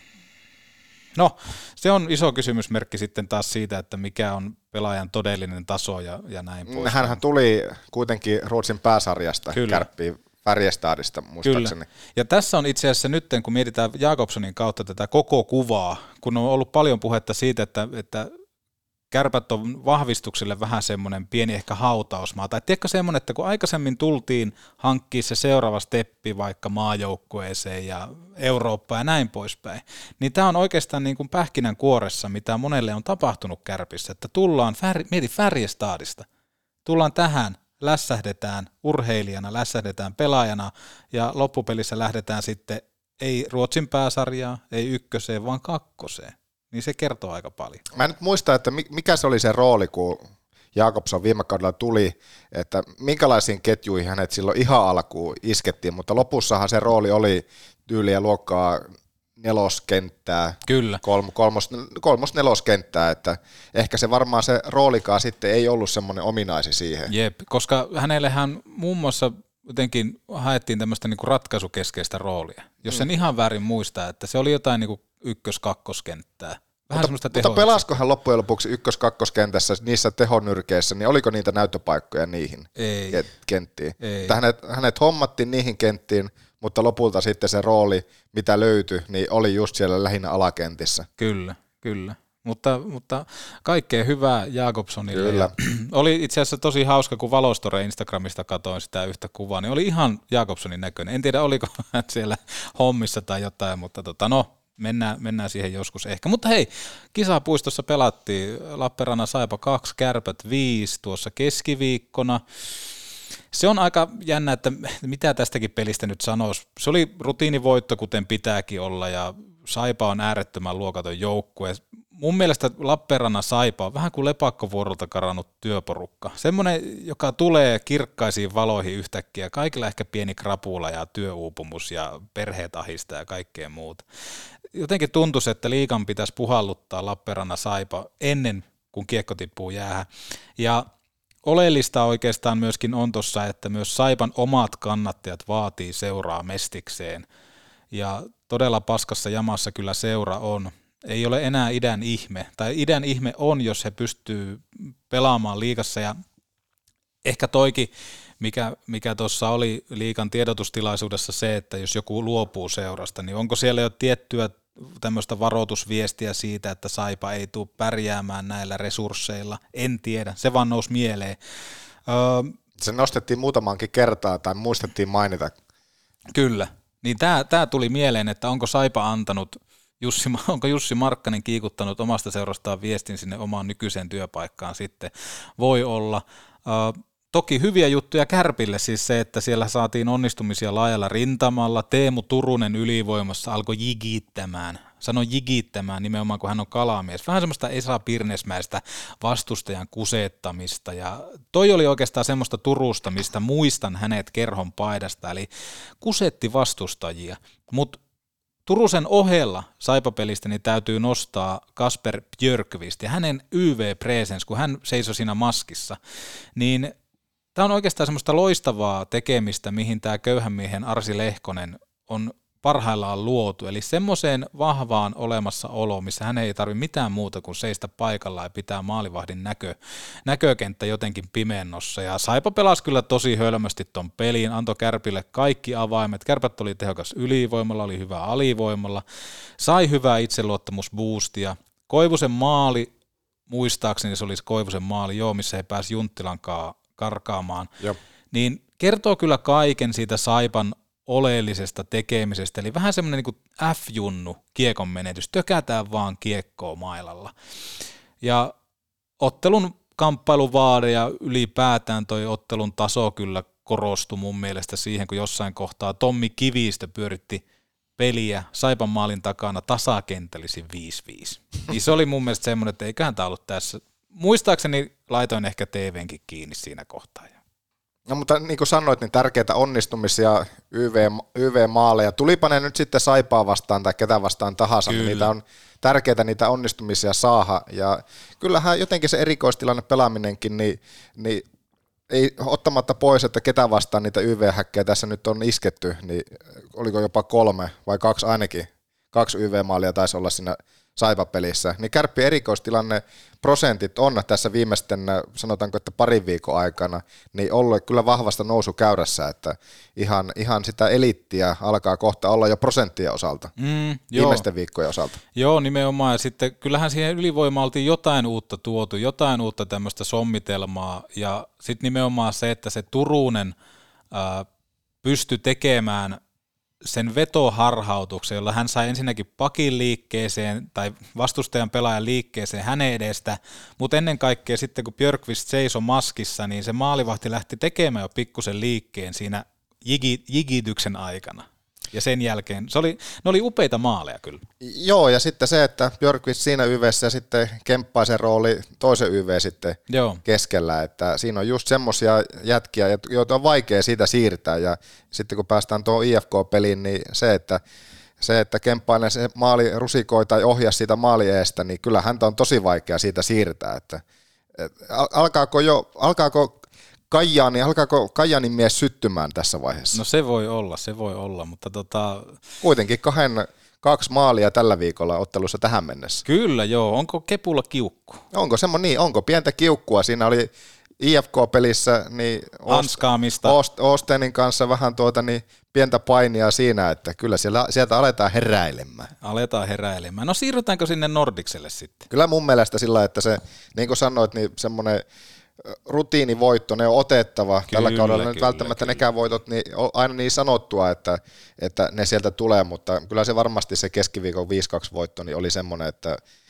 no, se on iso kysymysmerkki sitten taas siitä, että mikä on pelaajan todellinen taso ja, ja näin pois. Hänhän tuli kuitenkin Ruotsin pääsarjasta, Kärppiin Färjestadista muistaakseni. Kyllä. Ja tässä on itse asiassa nyt, kun mietitään Jakobssonin kautta tätä koko kuvaa, kun on ollut paljon puhetta siitä, että, että Kärpät on vahvistukselle vähän semmoinen pieni ehkä hautausmaa. Tai tiedätkö semmoinen, että kun aikaisemmin tultiin hankkia se seuraava steppi vaikka maajoukkueeseen ja Eurooppaan ja näin poispäin, niin tämä on oikeastaan niin kuin pähkinän kuoressa, mitä monelle on tapahtunut Kärpissä, että tullaan, mieti Färjestadista, tullaan tähän, lässähdetään urheilijana, lässähdetään pelaajana ja loppupelissä lähdetään sitten ei Ruotsin pääsarjaa, ei ykköseen, vaan kakkoseen. Niin se kertoo aika paljon. Mä en nyt muista, että mikä se oli se rooli, kun Jakobsson viime kaudella tuli, että minkälaisiin ketjuihin hänet silloin ihan alkuun iskettiin, mutta lopussahan se rooli oli tyyliä luokkaa neloskenttää, Kyllä. Kolm, kolmos, kolmos neloskenttää, että ehkä se varmaan se roolikaan sitten ei ollut semmoinen ominaisi siihen. Jep, koska hänellehän muun muassa jotenkin haettiin tämmöistä niinku ratkaisukeskeistä roolia, jos sen mm. ihan väärin muistaa, että se oli jotain niinku ykkös-kakkoskenttää. Vähän mutta, mutta pelasko hän loppujen lopuksi ykkös-kakkoskentässä niissä tehonyrkeissä, niin oliko niitä näyttöpaikkoja niihin ei. kenttiin? Ei. Hänet, hänet hommattiin niihin kenttiin, mutta lopulta sitten se rooli, mitä löytyi, niin oli just siellä lähinnä alakentissä. Kyllä, kyllä. Mutta, mutta kaikkea hyvää Jakobssonille. Kyllä. Oli itse asiassa tosi hauska, kun Valostore Instagramista katoin sitä yhtä kuvaa, niin oli ihan Jakobssonin näköinen. En tiedä, oliko hän siellä hommissa tai jotain, mutta tota, no, mennään, mennään siihen joskus ehkä. Mutta hei, kisapuistossa pelattiin Lappeenrannan Saipa kaksi, Kärpät viisi tuossa keskiviikkona. Se on aika jännä, että mitä tästäkin pelistä nyt sanoisi. Se oli rutiinivoitto, kuten pitääkin olla, ja Saipa on äärettömän luokaton joukkue. mun mielestä Lappeenrannan Saipa on vähän kuin lepakkovuorolta karannut työporukka. Semmoinen, joka tulee kirkkaisiin valoihin yhtäkkiä. Kaikilla ehkä pieni krapula ja työuupumus ja perheet ahistaa ja kaikkea muuta. Jotenkin tuntuisi, että liigan pitäisi puhalluttaa Lappeenrannan Saipa ennen kuin kiekko tippuu jäähän. Ja oleellista oikeastaan myöskin on tuossa, että myös Saipan omat kannattajat vaatii seuraa mestikseen. Ja todella paskassa jamassa kyllä seura on. Ei ole enää idän ihme, tai idän ihme on, jos he pystyy pelaamaan liigassa, ja ehkä toikin, mikä, mikä tuossa oli liigan tiedotustilaisuudessa se, että jos joku luopuu seurasta, niin onko siellä jo tiettyä tämmöistä varoitusviestiä siitä, että Saipa ei tule pärjäämään näillä resursseilla, en tiedä, se vaan nousi mieleen. Öö, se nostettiin muutamankin kertaa, tai muistettiin mainita. Kyllä, niin tämä, tämä tuli mieleen, että onko Saipa antanut Jussi, onko Jussi Markkanen kiikuttanut omasta seurastaan viestin sinne omaan nykyiseen työpaikkaan sitten? Voi olla. Uh, toki hyviä juttuja Kärpille, siis se, että siellä saatiin onnistumisia laajalla rintamalla. Teemu Turunen ylivoimassa alkoi jigittämään. Sano jigittämään nimenomaan, kun hän on kalamies. Vähän semmoista Esa Pirnesmäistä vastustajan kusettamista. Ja toi oli oikeastaan semmoista Turusta, mistä muistan hänet kerhon paidasta. Eli kusetti vastustajia, mutta Turusen ohella Saipa-pelistä niin täytyy nostaa Kasper Björkqvist ja hänen Y V-presence, kun hän seisoi siinä maskissa, niin tämä on oikeastaan semmoista loistavaa tekemistä, mihin tämä köyhän miehen Arsi Lehkonen on parhaillaan luotu, eli semmoiseen vahvaan olemassaoloon, missä hän ei tarvitse mitään muuta kuin seistä paikallaan ja pitää maalivahdin näkö, näkökenttä jotenkin pimennossa, ja Saipa pelasi kyllä tosi hölmösti ton peliin, antoi Kärpille kaikki avaimet, Kärpät oli tehokas ylivoimalla, oli hyvä alivoimalla, sai hyvää itseluottamusboostia, Koivusen maali, muistaakseni se olisi Koivusen maali, joo, missä he pääsi Junttilankaan karkaamaan, Jop. niin kertoo kyllä kaiken siitä Saipan oleellisesta tekemisestä, eli vähän semmoinen niin kuin F-junnu kiekon menetys, tökätään vaan kiekkoa mailalla. Ja ottelun kamppailuvaade ja ylipäätään toi ottelun taso kyllä korostui mun mielestä siihen, kun jossain kohtaa Tommi Kivistö pyöritti peliä Saipan maalin takana tasakentällisin viisi viisi. Niin se oli mun mielestä semmoinen, että eiköhän tämä ollut tässä. Muistaakseni laitoin ehkä T V:nkin kiinni siinä kohtaa. No mutta niin kuin sanoit, niin tärkeitä onnistumisia, Y V, Y V-maaleja. Tulipa ne nyt sitten Saipaa vastaan tai ketä vastaan tahansa, niin niitä on tärkeitä niitä onnistumisia saada. Ja kyllähän jotenkin se erikoistilanne pelaaminenkin, niin, niin ei ottamatta pois, että ketä vastaan niitä Y V-häkkejä tässä nyt on isketty, niin oliko jopa kolme vai kaksi ainakin. Kaksi Y V-maalia taisi olla siinä Saipa-pelissä, niin Kärppi erikoistilanne prosentit on tässä viimeisten, sanotaanko, että parin viikon aikana, niin ollut kyllä vahvasta nousukäyrässä, että ihan, ihan sitä eliittiä alkaa kohta olla jo prosenttien osalta, mm, viimeisten joo. viikkojen osalta. Joo, nimenomaan, ja sitten kyllähän siihen ylivoimaan oltiin jotain uutta tuotu, jotain uutta tämmöistä sommitelmaa, ja sitten nimenomaan se, että se Turunen ää, pystyi tekemään sen vetoharhautuksen, jolla hän sai ensinnäkin pakin liikkeeseen tai vastustajan pelaajan liikkeeseen hänen edestä, mutta ennen kaikkea sitten kun Björkqvist seisoi maskissa, niin se maalivahti lähti tekemään jo pikkusen liikkeen siinä jigi, jigityksen aikana. Ja sen jälkeen, se oli, ne oli upeita maaleja kyllä. Joo, ja sitten se, että Björkqvist siinä Y V:ssä ja sitten Kemppaisen rooli toisen Y V sitten Joo. keskellä, että siinä on just semmoisia jätkiä, joita on vaikea siitä siirtää, ja sitten kun päästään tuohon I F K-peliin, niin se, että se, että Kemppainen se maali rusikoi tai ohjasi siitä maali eestä, niin kyllä häntä on tosi vaikea siitä siirtää, että, että alkaako jo, alkaako Kajaani, alkaako Kajaanin mies syttymään tässä vaiheessa? No se voi olla, se voi olla, mutta tota... Kuitenkin kahden, kaksi maalia tällä viikolla ottelussa tähän mennessä. Kyllä joo, onko Kepulla kiukku? Onko semmoinen, niin, onko pientä kiukkua, siinä oli I F K-pelissä niin Anskaamista. Ost, Ostenin kanssa vähän tuota niin pientä painia siinä, että kyllä siellä, sieltä aletaan heräilemään. Aletaan heräilemään. No siirrytäänkö sinne Nordikselle sitten? Kyllä mun mielestä sillä, että se, niin kuin sanoit, niin semmoinen rutiinivoitto, ne on otettava kyllä, tällä kaudella, kyllä, nyt välttämättä kyllä. nekään voitot, niin on aina niin sanottua, että, että ne sieltä tulee, mutta kyllä se varmasti se keskiviikon viisi kaksi voitto niin oli semmoinen, että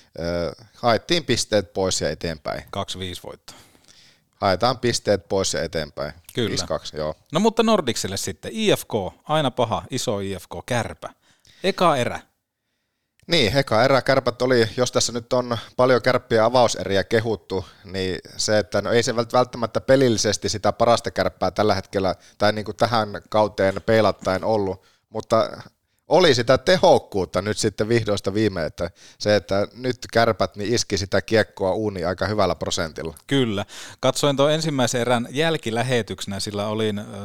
äh, haettiin pisteet pois ja eteenpäin. kaksi viisi voittoa. Haetaan pisteet pois ja eteenpäin. Kyllä. viisi kaksi, joo. No mutta Nordikselle sitten, I F K, aina paha, iso I F K, Kärpä. Eka erä. Niin, eka erä Kärpät oli, jos tässä nyt on paljon Kärppiä avauseriä kehuttu, niin se, että no ei se välttämättä pelillisesti sitä parasta Kärppää tällä hetkellä, tai niin kuin tähän kauteen peilattaen ollut, mutta oli sitä tehokkuutta nyt sitten vihdoista viime, että se, että nyt Kärpät niin iski sitä kiekkoa uuni aika hyvällä prosentilla. Kyllä. Katsoin tuon ensimmäisen erän jälkilähetyksenä, sillä olin äh,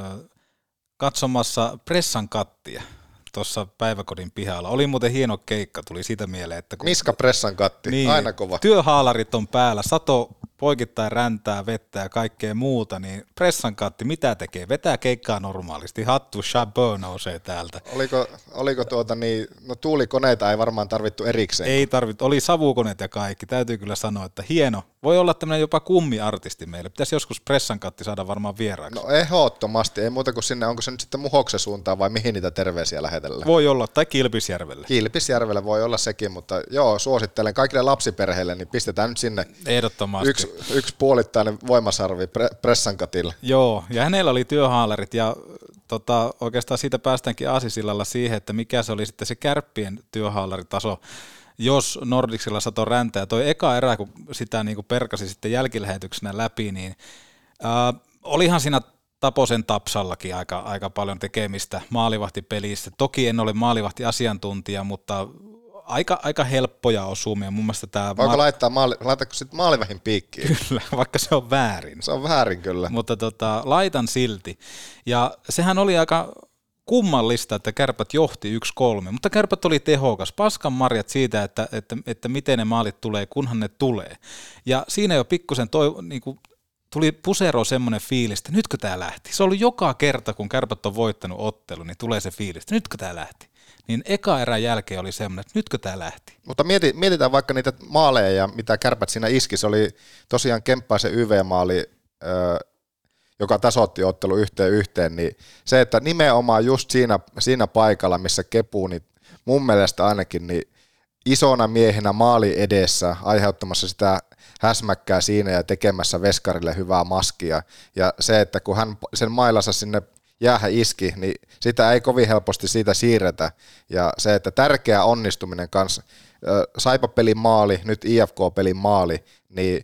katsomassa Pressan kattia tuossa päiväkodin pihalla. Oli muuten hieno keikka, tuli siitä mieleen, että kun... Miska Pressan katti, niin, aina kova. Työhaalarit on päällä, sato poikittain räntää, vettä ja kaikkea muuta, niin Pressan katti mitä tekee? Vetää keikkaa normaalisti, hattu Chabot nousee täältä. Oliko, oliko tuota niin, no tuulikoneita ei varmaan tarvittu erikseen. Ei tarvittu, oli savukoneet ja kaikki, täytyy kyllä sanoa, että hieno. Voi olla tämmöinen jopa kummiartisti meille. Pitäisi joskus Pressan katti saada varmaan vieraaksi. No ehdottomasti, ei muuta kuin sinne, onko se nyt sitten Muhoksen suuntaan vai mihin niitä terveisiä lähetellään? Voi olla, tai Kilpisjärvelle. Kilpisjärvelle voi olla sekin, mutta joo, suosittelen kaikille lapsiperheille, niin pistetään nyt sinne ehdottomasti yksi, yksi puolittainen voimasarvi pre, Pressan katille. Joo, ja hänellä oli työhaalarit, ja tota, oikeastaan siitä päästäänkin aasisillalla siihen, että mikä se oli sitten se Kärppien työhaalaritaso, jos Nordicsilla sato räntää. Toi eka erä, kun sitä niin kuin perkasi sitten jälkilähetyksenä läpi, niin ää, olihan siinä Taposen Tapsallakin aika, aika paljon tekemistä maalivahtipelissä. Toki en ole maalivahtiasiantuntija, mutta aika, aika helppoja osumia. Mun mielestä tää Voiko ma- laittaa maali, laitako sitten maalivähin piikkiin? Kyllä, vaikka se on väärin. Se on väärin kyllä. Mutta tota, laitan silti. Ja sehän oli aika kummallista, että Kärpät johti yksi kolme, mutta Kärpät oli tehokas. Paskan marjat siitä, että, että, että miten ne maalit tulee, kunhan ne tulee. Ja siinä jo pikkusen toi, niin kuin, tuli pusero semmoinen fiilis, että nytkö tämä lähti. Se on ollut joka kerta, kun Kärpät on voittanut ottelu, niin tulee se fiilis, että nytkö tämä lähti. Niin eka erän jälkeen oli semmoinen, että nytkö tämä lähti. Mutta mieti, mietitään vaikka niitä maaleja ja mitä Kärpät siinä iski. Se oli tosiaan Kemppaisen Y V-maali, öö, joka tasoitti ottelu yhteen yhteen, niin se, että nimenomaan just siinä, siinä paikalla, missä Kepu, niin mun mielestä ainakin niin isona miehenä maali edessä aiheuttamassa sitä häsmäkkää siinä ja tekemässä veskarille hyvää maskia. Ja se, että kun hän sen mailansa sinne jäähän iski, niin sitä ei kovin helposti siitä siirretä. Ja se, että tärkeä onnistuminen kanssa, Saipa-pelin maali, nyt I F K-pelin maali, niin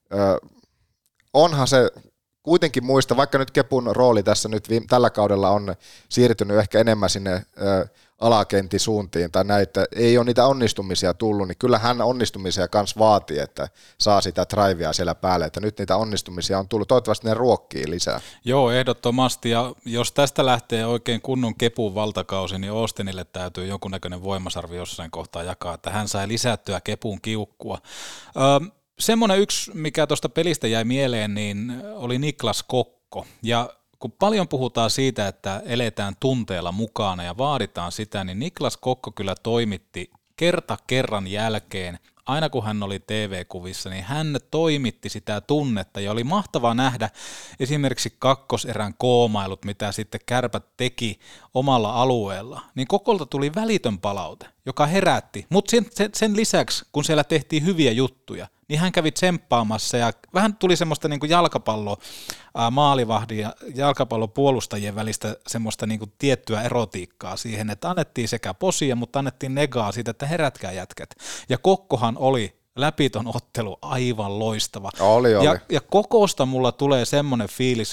onhan se kuitenkin muista, vaikka nyt Kepun rooli tässä nyt viime, tällä kaudella on siirtynyt ehkä enemmän sinne ö, alakentin suuntiin tai näitä, ei ole niitä onnistumisia tullut, niin kyllä hän onnistumisia kanssa vaatii, että saa sitä drivea siellä päälle, että nyt niitä onnistumisia on tullut, toivottavasti ne ruokkii lisää. Joo, ehdottomasti, ja jos tästä lähtee oikein kunnon Kepun valtakausi, niin Austinille täytyy jonkunnäköinen voimasarvi jossain kohtaa jakaa, että hän sai lisättyä Kepun kiukkua. Öö, Semmoinen yksi, mikä tuosta pelistä jäi mieleen, niin oli Niklas Kokko. Ja kun paljon puhutaan siitä, että eletään tunteella mukana ja vaaditaan sitä, niin Niklas Kokko kyllä toimitti kerta kerran jälkeen, aina kun hän oli T V-kuvissa, niin hän toimitti sitä tunnetta ja oli mahtavaa nähdä esimerkiksi kakkoserän koomailut, mitä sitten Kärpät teki omalla alueella, niin Kokolta tuli välitön palaute, joka herätti, mutta sen, sen, sen lisäksi, kun siellä tehtiin hyviä juttuja, niin hän kävi tsemppaamassa ja vähän tuli semmoista niin kuin jalkapallo maalivahdin ja jalkapallopuolustajien välistä semmoista niin kuin tiettyä erotiikkaa siihen, että annettiin sekä posia, mutta annettiin negaa siitä, että herätkää jätkät. Ja Kokkohan oli läpi ton ottelu aivan loistava. Oli, oli. Ja, ja Kokosta mulla tulee semmoinen fiilis,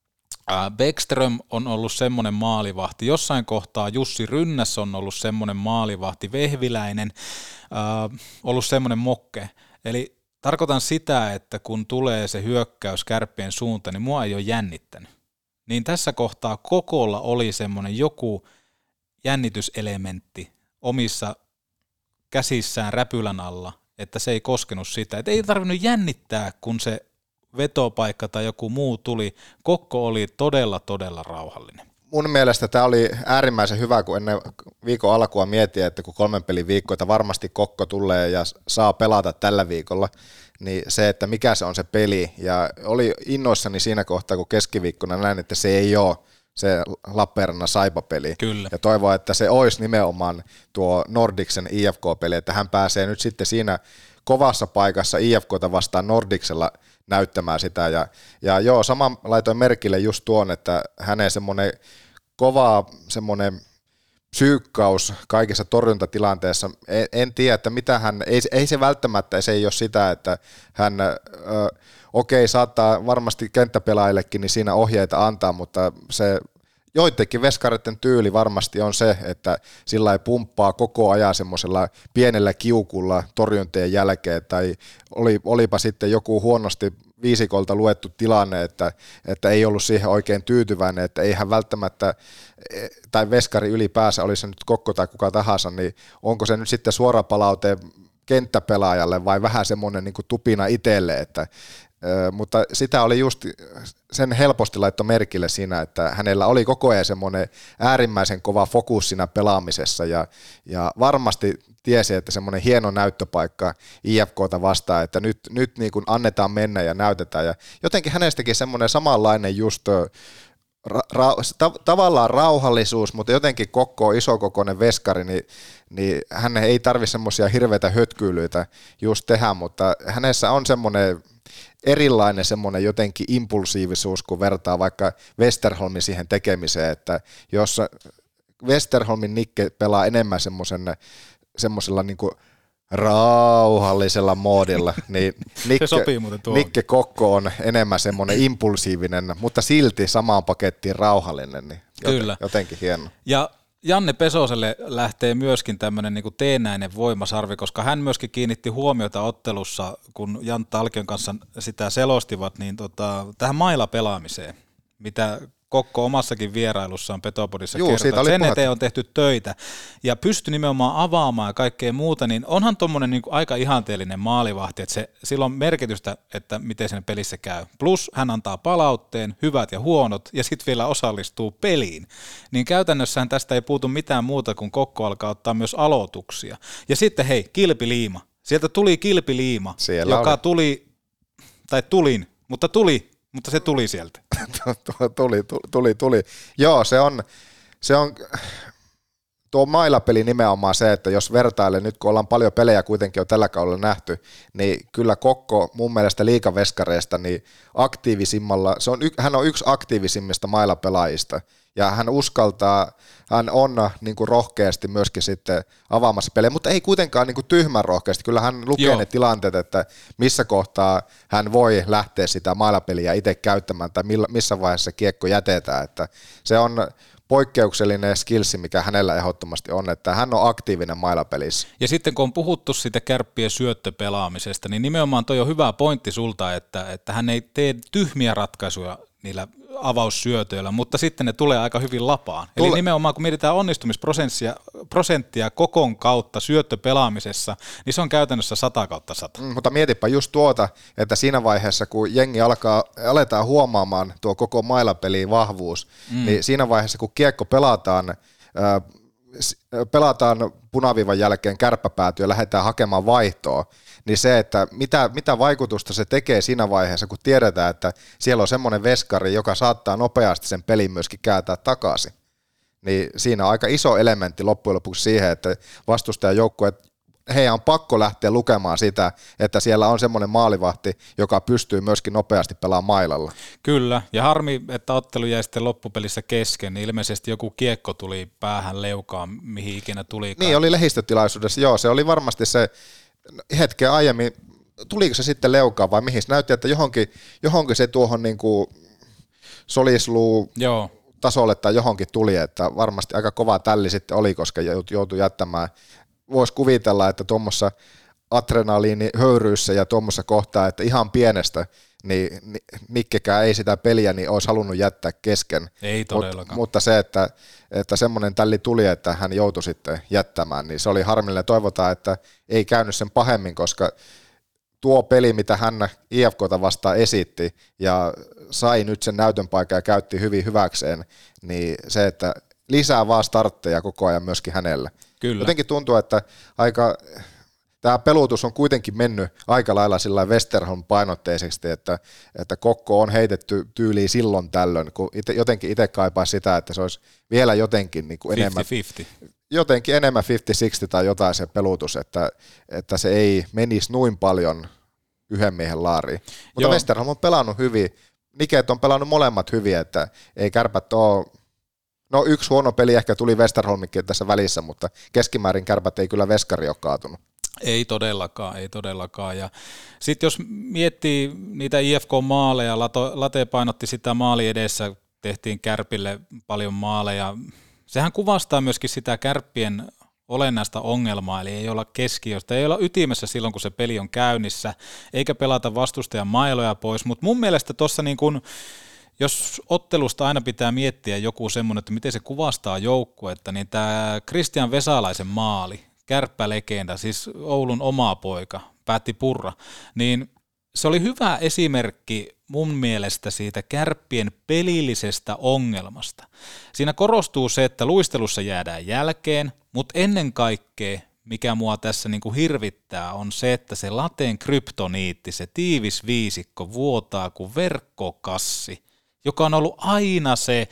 Bäckström on ollut semmoinen maalivahti, jossain kohtaa Jussi Rynnäs on ollut semmoinen maalivahti, Vehviläinen äh, ollut semmoinen mokke, eli tarkoitan sitä, että kun tulee se hyökkäys Kärppien suuntaan, niin mua ei ole jännittänyt. Niin tässä kohtaa Kokolla oli semmoinen joku jännityselementti omissa käsissään räpylän alla, että se ei koskenut sitä. Että ei tarvinnut jännittää, kun se vetopaikka tai joku muu tuli. Kokko oli todella, todella rauhallinen. Mun mielestä tämä oli äärimmäisen hyvä, kun ennen viikon alkua mietin, että kun kolmen pelin viikkoita varmasti Kokko tulee ja saa pelata tällä viikolla, niin se, että mikä se on se peli. Ja oli innoissani siinä kohtaa, kun keskiviikkona näin, että se ei ole se Lappeenrannan Saipa-peli. Kyllä. Ja toivoa, että se olisi nimenomaan tuo Nordicsen I F K-peli, että hän pääsee nyt sitten siinä kovassa paikassa I F K:ta vastaan Nordicsella näyttämään sitä. Ja, ja joo, sama laitoin merkille just tuon, että hänen semmoinen kova semmoinen syykkaus kaikissa torjuntatilanteissa. En, en tiedä, että mitä hän, ei, ei se välttämättä, se ei ole sitä, että hän, ö, okei, saattaa varmasti kenttäpelaajillekin niin siinä ohjeita antaa, mutta se joidenkin veskareiden tyyli varmasti on se, että sillä ei pumppaa koko ajan semmoisella pienellä kiukulla torjuntien jälkeen, tai oli, olipa sitten joku huonosti viisikolta luettu tilanne, että, että ei ollut siihen oikein tyytyväinen, että ei hän välttämättä, tai veskari ylipäänsä, oli se nyt Kokko tai kuka tahansa, niin onko se nyt sitten suora palaute kenttäpelaajalle vai vähän semmoinen niin kuin tupina itselle, että mutta sitä oli just, sen helposti laitto merkille siinä, että hänellä oli koko ajan semmoinen äärimmäisen kova fokus siinä pelaamisessa ja, ja varmasti tiesi, että semmoinen hieno näyttöpaikka I F K:ta vastaan, että nyt, nyt niin kuin annetaan mennä ja näytetään ja jotenkin hänestäkin semmoinen samanlainen just ra, ra, ta, tavallaan rauhallisuus, mutta jotenkin Kokko on isokokoinen veskari, niin, niin hän ei tarvitse semmoisia hirveitä hötkyilyitä just tehdä, mutta hänessä on semmoinen erilainen semmoinen jotenkin impulsiivisuus, kun vertaa vaikka Westerholmin siihen tekemiseen, että jos Westerholmin Nikke pelaa enemmän semmoisen, semmoisella niin kuin rauhallisella moodilla, niin Nikke, Nikke Kokko on enemmän semmoinen impulsiivinen, mutta silti samaan pakettiin rauhallinen, niin joten, Kyllä. jotenkin hieno. Ja Janne Pesoselle lähtee myöskin tämmöinen niinku teennäinen voimasarvi, koska hän myöskin kiinnitti huomiota ottelussa, kun Jantta Alkion kanssa sitä selostivat, niin tota, tähän mailapelaamiseen, mitä Kokko omassakin vierailussaan Petopodissa kertoo, että sen eteen on tehty töitä ja pystyi nimenomaan avaamaan ja kaikkea muuta, niin onhan tuommoinen niin aika ihanteellinen maalivahti, että se, sillä on merkitystä, että miten sen pelissä käy. Plus hän antaa palautteen, hyvät ja huonot, ja sitten vielä osallistuu peliin. Niin käytännössähän tästä ei puutu mitään muuta, kun Kokko alkaa ottaa myös aloituksia. Ja sitten hei, kilpiliima. Sieltä tuli kilpiliima, Siellä joka oli. tuli, tai tulin, mutta tuli, mutta se tuli sieltä. tuli, tuli, tuli, tuli. Joo, se on, se on tuo mailapeli nimenomaan se, että jos vertailee, nyt kun ollaan paljon pelejä kuitenkin jo tällä kaudella nähty, niin kyllä Kokko mun mielestä liigaveskareista niin aktiivisimmalla, se on, hän on yksi aktiivisimmista mailapelaajista, ja hän uskaltaa, hän on niin kuin rohkeasti myöskin sitten avaamassa pelejä, mutta ei kuitenkaan niin kuin tyhmän rohkeasti. Kyllä hän lukee Joo. ne tilanteet, että missä kohtaa hän voi lähteä sitä mailapeliä itse käyttämään tai missä vaiheessa kiekko jätetään. Että se on poikkeuksellinen skillsi, mikä hänellä ehdottomasti on, että hän on aktiivinen mailapelissä. Ja sitten kun on puhuttu siitä kärppien syöttöpelaamisesta, niin nimenomaan toi on hyvä pointti sulta, että, että hän ei tee tyhmiä ratkaisuja niillä avaussyötöillä, mutta sitten ne tulee aika hyvin lapaan. Tule. Eli nimenomaan kun mietitään onnistumisprosenttia prosenttia kokon kautta syöttöpelaamisessa, niin se on käytännössä sata kautta sata. Mm, mutta mietipä just tuota, että siinä vaiheessa kun jengi alkaa, aletaan huomaamaan tuo koko mailapelin vahvuus, mm. niin siinä vaiheessa kun kiekko pelataan, äh, pelataan punaviivan jälkeen kärppäpäätyä ja lähdetään hakemaan vaihtoa, niin se, että mitä, mitä vaikutusta se tekee siinä vaiheessa, kun tiedetään, että siellä on semmoinen veskari, joka saattaa nopeasti sen pelin myöskin kääntää takaisin. Niin siinä on aika iso elementti loppujen lopuksi siihen, että vastustajan joukkue, heidän on pakko lähteä lukemaan sitä, että siellä on semmoinen maalivahti, joka pystyy myöskin nopeasti pelaamaan mailalla. Kyllä, ja harmi, että ottelu jäi sitten loppupelissä kesken, niin ilmeisesti joku kiekko tuli päähän leukaan, mihin ikinä tulikaan. Niin, oli lehdistötilaisuudessa, joo, se oli varmasti se hetken aiemmin, tuliko se sitten leukaan vai mihin? Se näytti, että johonkin, johonkin se tuohon niin kuin solisluu Joo. tasolle tai johonkin tuli, että varmasti aika kova tälli sitten oli, koska joutui jättämään. Voisi kuvitella, että tuommoissa adrenaliinihöyryissä ja tuommoissa kohtaa, että ihan pienestä, niin Nikkekään ei sitä peliä niin olisi halunnut jättää kesken. Ei todellakaan. Mut, mutta se, että, että semmoinen tälli tuli, että hän joutui sitten jättämään, niin se oli harmillinen. Toivotaan, että ei käynyt sen pahemmin, koska tuo peli, mitä hän I F K:ta vastaan esitti ja sai nyt sen näytön paikan ja käytti hyvin hyväkseen, niin se, että lisää vaan startteja koko ajan myöskin hänelle. Kyllä. Jotenkin tuntuu, että aika... Tämä pelutus on kuitenkin mennyt aika lailla sillä Westerholm painotteisesti, että, että Kokko on heitetty tyyliin silloin tällöin, kun ite, jotenkin itse kaipaa sitä, että se olisi vielä jotenkin niin kuin enemmän, jotenkin enemmän viisikymmentä kuusikymmentä tai jotain se pelutus, että, että se ei menisi noin paljon yhden miehen laariin. Mutta Joo. Westerholm on pelannut hyvin, Niket on pelannut molemmat hyvin, että ei Kärpät ole No yksi huono peli ehkä tuli Westerholmikin tässä välissä, mutta keskimäärin Kärpät ei kyllä veskari ole kaatunut. Ei todellakaan, ei todellakaan. Ja sitten jos miettii niitä I F K-maaleja, Late painotti sitä maali edessä, tehtiin Kärpille paljon maaleja. Sehän kuvastaa myöskin sitä Kärppien olennaista ongelmaa, eli ei olla keskiöstä, ei olla ytimessä silloin, kun se peli on käynnissä, eikä pelata vastustajan mailoja pois, mutta mun mielestä tuossa niin kun, jos ottelusta aina pitää miettiä joku semmoinen, että miten se kuvastaa joukkuetta, niin tämä Kristian Vesalaisen maali, kärppälegenda, siis Oulun oma poika, päätti Purra, niin se oli hyvä esimerkki mun mielestä siitä Kärppien pelillisestä ongelmasta. Siinä korostuu se, että luistelussa jäädään jälkeen, mutta ennen kaikkea, mikä mua tässä niinku hirvittää, on se, että se Lateen kryptoniitti, se tiivis viisikko vuotaa kuin verkkokassi, joka on ollut aina se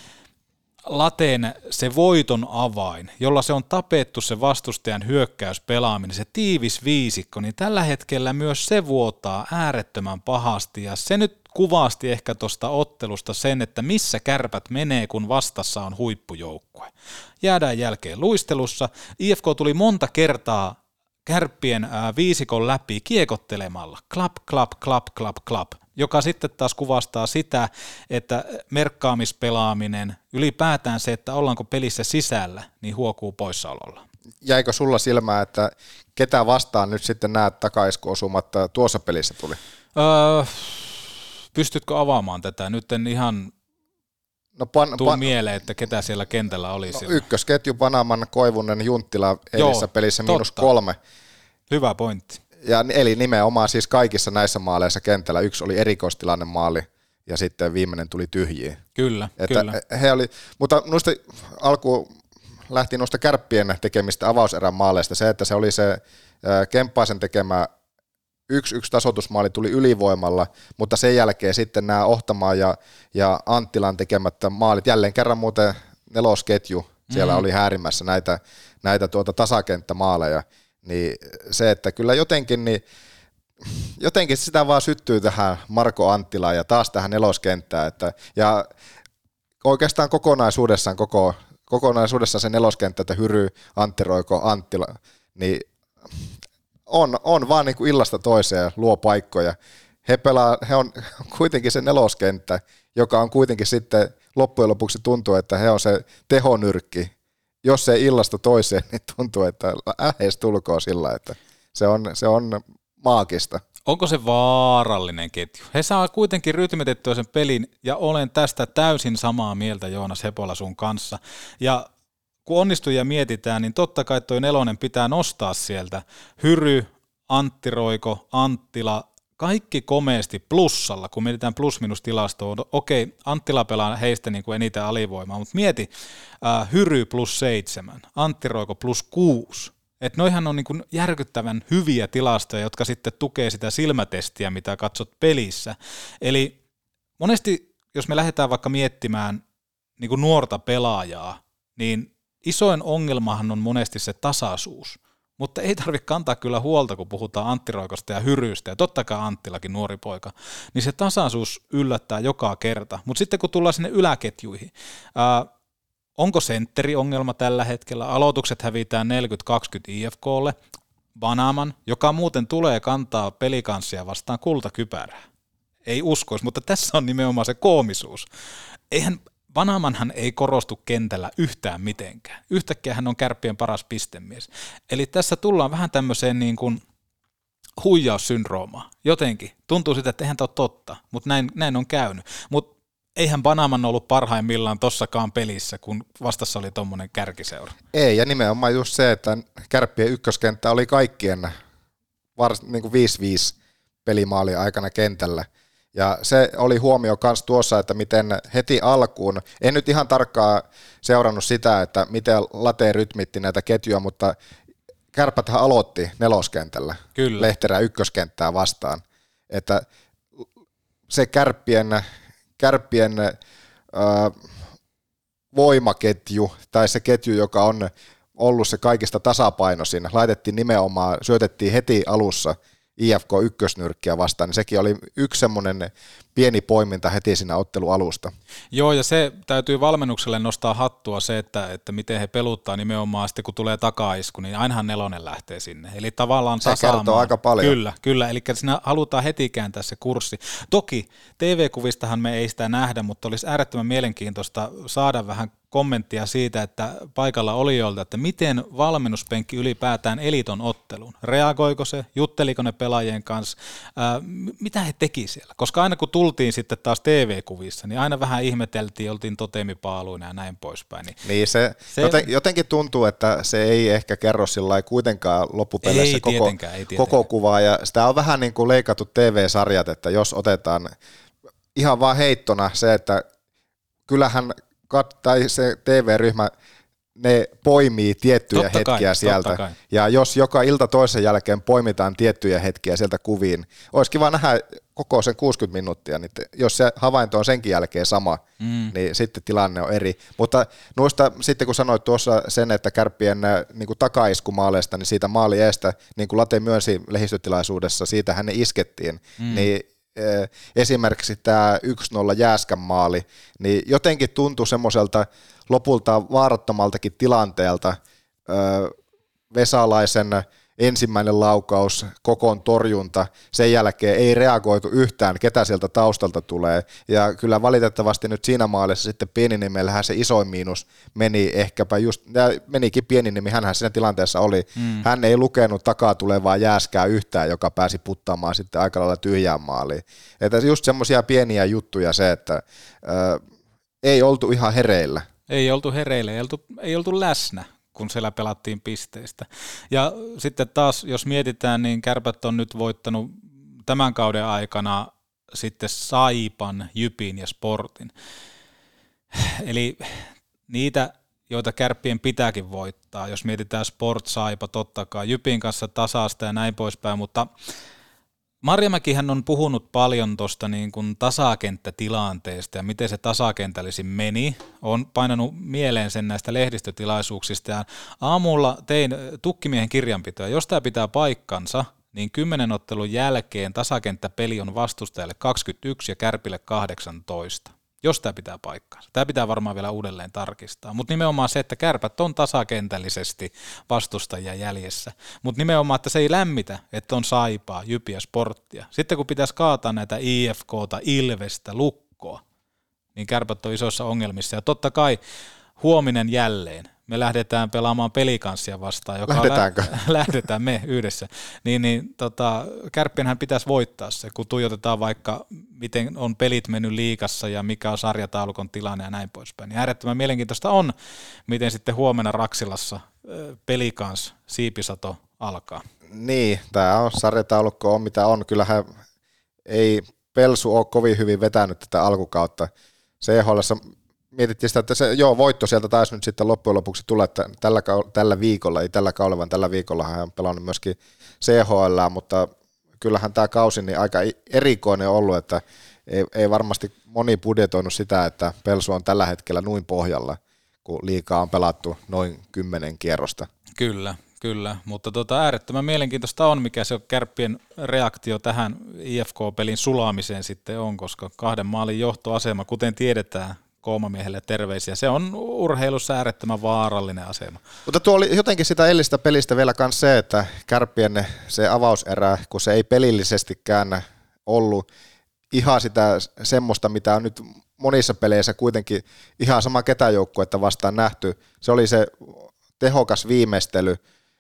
Lateen se voiton avain, jolla se on tapettu se vastustajan hyökkäyspelaaminen, se tiivis viisikko, niin tällä hetkellä myös se vuotaa äärettömän pahasti, ja se nyt kuvasti ehkä tuosta ottelusta sen, että missä Kärpät menee, kun vastassa on huippujoukkue. Jäädään jälkeen luistelussa, I F K tuli monta kertaa Kärppien ää, viisikon läpi kiekottelemalla, klap, klap, klap, klap, klap, joka sitten taas kuvastaa sitä, että merkkaamispelaaminen, ylipäätään se, että ollaanko pelissä sisällä, niin huokuu poissaololla. Jäikö sulla silmää, että ketä vastaan nyt sitten näet takaiskuosumat tuossa pelissä tuli? Öö, pystytkö avaamaan tätä? Nyt en ihan no pan, tuu pan, mieleen, että ketä siellä kentällä oli. No, ykkösketju, Panaman, Koivunen, Junttila eilisessä pelissä miinus kolme. Hyvä pointti. Ja, eli nimenomaan siis kaikissa näissä maaleissa kentällä yksi oli erikoistilanne maali ja sitten viimeinen tuli tyhjiin. Kyllä, että kyllä. He oli, mutta noista alkuun lähti noista Kärppien tekemistä avauserän maaleista se, että se oli se Kemppaisen tekemä yksi yksi tasoitusmaali tuli ylivoimalla, mutta sen jälkeen sitten nämä Ohtamaa ja, ja Anttilan tekemättä maalit, jälleen kerran muuten nelosketju, siellä mm. oli häärimässä näitä, näitä tuota tasakenttämaaleja, niin se, että kyllä jotenkin, niin, jotenkin sitä vaan syttyy tähän Marko Anttilaan ja taas tähän neloskenttään, että, ja oikeastaan kokonaisuudessaan koko, kokonaisuudessaan se neloskenttä, että Hyry, Antti Roiko, Anttila, niin on, on vaan niin kuin illasta toiseen luo paikkoja. He, pelaa, he on kuitenkin se neloskenttä, joka on kuitenkin sitten loppujen lopuksi tuntuu, että he on se tehonyrkki. Jos ei illasta toiseen, niin tuntuu, että lähes tulkoon sillä, että se on, se on maagista. Onko se vaarallinen ketju? He saa kuitenkin rytmitettyä sen pelin, ja olen tästä täysin samaa mieltä Joonas Hepola sun kanssa. Ja kun onnistujia mietitään, niin totta kai toi nelonen pitää nostaa sieltä. Hyry, Antti Roiko, Anttila, kaikki komeasti plussalla, kun mietitään plus-minus-tilastoa. Okei, Anttila pelaa heistä niin kuin eniten alivoimaa, mutta mieti, äh, Hyry plus seitsemän, Antti Roiko plus kuusi. Että noihan on niin kuin järkyttävän hyviä tilastoja, jotka sitten tukee sitä silmätestiä, mitä katsot pelissä. Eli monesti, jos me lähdetään vaikka miettimään niin kuin nuorta pelaajaa, niin isoin ongelmahan on monesti se tasaisuus. Mutta ei tarvitse kantaa kyllä huolta, kun puhutaan Antti Roikosta ja Hyrystä, ja totta kai Anttilakin nuori poika, niin se tasaisuus yllättää joka kerta. Mutta sitten kun tullaan sinne yläketjuihin, ää, onko sentteri ongelma tällä hetkellä? Aloitukset hävitään neljäkymmentä kaksikymmentä I F K:lle. Vanaman, joka muuten tulee kantaa pelikanssia vastaan kultakypärää. Ei uskoisi, mutta tässä on nimenomaan se koomisuus. Eihän Vanamanhan ei korostu kentällä yhtään mitenkään. Yhtäkkiä hän on Kärppien paras pistemies. Eli tässä tullaan vähän tämmöiseen niin kuin huijaussyndroomaan. Jotenkin. Tuntuu sitä, että eihän tämä ole totta, mutta näin, näin on käynyt. Mutta eihän Vanaman ollut parhaimmillaan tossakaan pelissä, kun vastassa oli tommonen kärkiseura. Ei, ja nimenomaan just se, että Kärppien ykköskenttä oli kaikkien vars, niin kuin viisi viisi pelimaalin aikana kentällä. Ja se oli huomio myös tuossa, että miten heti alkuun, en nyt ihan tarkkaan seurannut sitä, että miten Late rytmitti näitä ketjuja, mutta Kärpäthän aloitti neloskentällä Kyllä. Lehterää ykköskenttää vastaan. Että se Kärppien, kärppien äh, voimaketju tai se ketju, joka on ollut se kaikista tasapainoisin, laitettiin nimenomaan, syötettiin heti alussa I F K ykkösnyrkkiä vastaan, niin sekin oli yksi semmoinen pieni poiminta heti siinä ottelualusta. Joo, ja se täytyy valmennukselle nostaa hattua se, että, että miten he peluttaa nimenomaan sitten, kun tulee takaisku, niin ainahan nelonen lähtee sinne. Eli tavallaan se tasaamaan. kertoo aika paljon. Kyllä, kyllä, eli siinä halutaan heti kääntää se kurssi. Toki T V-kuvistahan me ei sitä nähdä, mutta olisi äärettömän mielenkiintoista saada vähän kommenttia siitä, että paikalla olijoilta, että miten valmennuspenkki ylipäätään eliton otteluun. Reagoiko se, jutteliko ne pelaajien kanssa, ää, mitä he teki siellä? Koska aina kun tultiin sitten taas T V-kuvissa, niin aina vähän ihmeteltiin, oltiin toteemipaaluina ja näin poispäin. Niin, niin se, se joten, jotenkin tuntuu, että se ei ehkä kerro sillä lailla kuitenkaan loppupeleissä ei koko, tietenkään, ei tietenkään. koko kuvaa, ja sitä on vähän niin kuin leikattu T V-sarjat, että jos otetaan ihan vaan heittona se, että kyllähän kat, tai se T V-ryhmä, ne poimii tiettyjä totta hetkiä kai, sieltä, ja jos joka ilta toisen jälkeen poimitaan tiettyjä hetkiä sieltä kuviin, olisi kiva nähdä koko sen kuusikymmentä minuuttia, niin jos se havainto on senkin jälkeen sama, mm. niin sitten tilanne on eri. Mutta noista sitten kun sanoit tuossa sen, että Kärppien niin kuin takaiskumaaleista, niin siitä maalieestä, niin kuin Late myönsi lehdistötilaisuudessa, siitähän ne iskettiin, mm. niin esimerkiksi tämä yksi nolla Jääskän maali, niin jotenkin tuntui semmoiselta lopulta vaarattomaltakin tilanteelta. Vesalaisen ensimmäinen laukaus, Kokon torjunta, sen jälkeen ei reagoitu yhtään, ketä sieltä taustalta tulee, ja kyllä valitettavasti nyt siinä maalissa sitten Pieninimellähän se isoin miinus meni ehkäpä just, menikin Pieninimi, hänhän siinä tilanteessa oli, mm. hän ei lukenut takaa tulevaa Jääskää yhtään, joka pääsi puttaamaan sitten aika lailla tyhjään maaliin. Että just semmoisia pieniä juttuja se, että äh, ei oltu ihan hereillä. Ei oltu hereillä, ei oltu, ei oltu läsnä, kun siellä pelattiin pisteistä. Ja sitten taas, jos mietitään, niin Kärpät on nyt voittanut tämän kauden aikana sitten Saipan, Jypin ja Sportin. Eli niitä, joita Kärppien pitääkin voittaa, jos mietitään Sport, Saipa, totta kai, Jypin kanssa tasasta ja näin poispäin, mutta Marjamäkihän on puhunut paljon tuosta niin kuin tasakenttätilanteesta ja miten se tasakentällisin meni. Olen painanut mieleen sen näistä lehdistötilaisuuksista ja aamulla tein tukkimiehen kirjanpitoa. Jos tämä pitää paikkansa, niin kymmenen ottelun jälkeen tasakenttäpeli on vastustajalle kaksikymmentäyksi ja Kärpille kahdeksantoista. Jos tämä pitää paikkaansa. Tämä pitää varmaan vielä uudelleen tarkistaa. Mutta nimenomaan se, että Kärpät on tasakentällisesti vastustajia jäljessä. Mutta nimenomaan, että se ei lämmitä, että on Saipaa, Jypiä, Sporttia. Sitten kun pitäisi kaataa näitä I F K:ta, Ilvestä, Lukkoa, niin Kärpät on isoissa ongelmissa. Ja totta kai huominen jälleen. Me lähdetään pelaamaan Pelikanssia vastaan. Joka Lähdetäänkö? Lä- lähdetään me yhdessä. Niin, niin tota, Kärppienhän pitäisi voittaa se, kun tuijotetaan vaikka, miten on pelit mennyt liigassa ja mikä on sarjataulukon tilanne ja näin poispäin. Niin äärettömän mielenkiintoista on, miten sitten huomenna Raksilassa Pelikans Siipisato alkaa. Niin, tämä on sarjataulukko on mitä on. Kyllähän ei Pelsu ole kovin hyvin vetänyt tätä alkukautta. C H L:ssä mietittiin sitä, että se joo, voitto sieltä taisi nyt sitten loppujen lopuksi tulla, että tällä, tällä viikolla, ei tällä kaudella, vaan tällä viikolla hän on pelannut myöskin C H L, mutta kyllähän tämä kausi niin aika erikoinen on ollut, että ei, ei varmasti moni budjetoinut sitä, että Pelsu on tällä hetkellä noin pohjalla, kun liikaa on pelattu noin kymmenen kierrosta. Kyllä, kyllä, mutta tota, äärettömän mielenkiintoista on, mikä se Kärppien reaktio tähän I F K-pelin sulaamiseen sitten on, koska kahden maalin johtoasema, kuten tiedetään, Koomamiehelle terveisiä. Se on urheilussa äärettömän vaarallinen asema. Mutta tuo oli jotenkin sitä eilistä pelistä vielä myös se, että Kärppien se avauserä, kun se ei pelillisestikään ollut ihan sitä semmoista, mitä on nyt monissa peleissä kuitenkin ihan sama ketäjoukkuetta vastaan nähty. Se oli se tehokas viimeistely.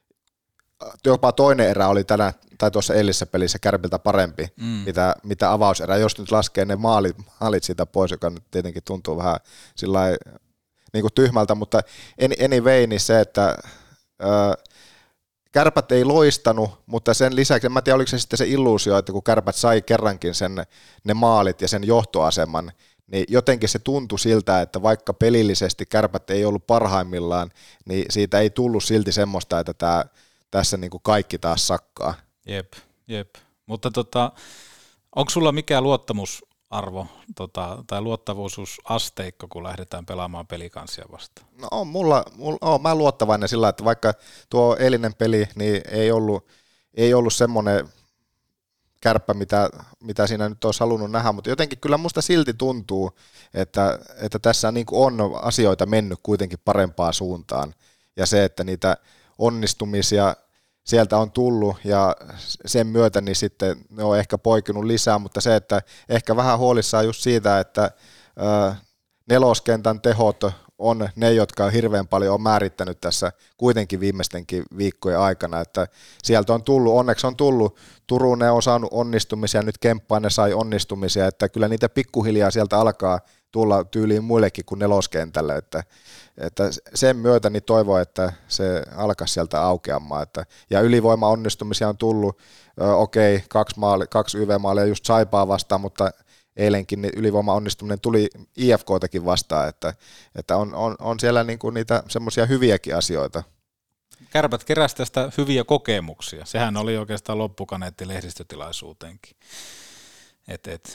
Jopa toinen erä oli tänä, tai tuossa eilisessä pelissä Kärpiltä parempi, mm. mitä, mitä avauserä, jos nyt laskee ne maalit, maalit siitä pois, joka nyt tietenkin tuntuu vähän sillai, niin kuin tyhmältä, mutta anyway, niin se, että ö, Kärpät ei loistanut, mutta sen lisäksi, en mä tiedä, oliko se sitten se illuusio, että kun Kärpät sai kerrankin sen, ne maalit ja sen johtoaseman, niin jotenkin se tuntui siltä, että vaikka pelillisesti Kärpät ei ollut parhaimmillaan, niin siitä ei tullut silti semmoista, että tämä tässä niin kuin kaikki taas sakkaa. Jep, jep. Mutta tota, onko sulla mikään luottamusarvo tota, tai luottavuusasteikko, kun lähdetään pelaamaan Pelikanssia vastaan? No on mulla, mulla on, mä luottavainen sillä, että vaikka tuo eilinen peli niin ei ollut, ei ollut semmoinen kärppä, mitä, mitä siinä nyt olisi halunnut nähdä, mutta jotenkin kyllä musta silti tuntuu, että, että tässä niin kuin on asioita mennyt kuitenkin parempaan suuntaan, ja se, että niitä onnistumisia sieltä on tullut, ja sen myötä niin sitten ne on ehkä poikinut lisää, mutta se, että ehkä vähän huolissaan just siitä, että ö, neloskentän tehot on ne, jotka hirveän paljon on määrittänyt tässä kuitenkin viimeistenkin viikkojen aikana, että sieltä on tullut, onneksi on tullut, Turunen on saanut onnistumisia, nyt Kemppainen sai onnistumisia, että kyllä niitä pikkuhiljaa sieltä alkaa tulla tyyliin muillekin kuin neloskentälle, että, että sen myötä niin toivon, että se alkaisi sieltä aukeamaan, että, ja ylivoima-onnistumisia on tullut, ö, okei, kaksi, maali, kaksi Y V-maalia just Saipaa vastaan, mutta eilenkin niin ylivoima-onnistuminen tuli I F K:takin vastaan, että, että on, on, on siellä niinku niitä semmoisia hyviäkin asioita. Kärpät keräsi tästä hyviä kokemuksia. Sehän oli oikeastaan loppukaneetti lehdistötilaisuuteenkin. Et, et.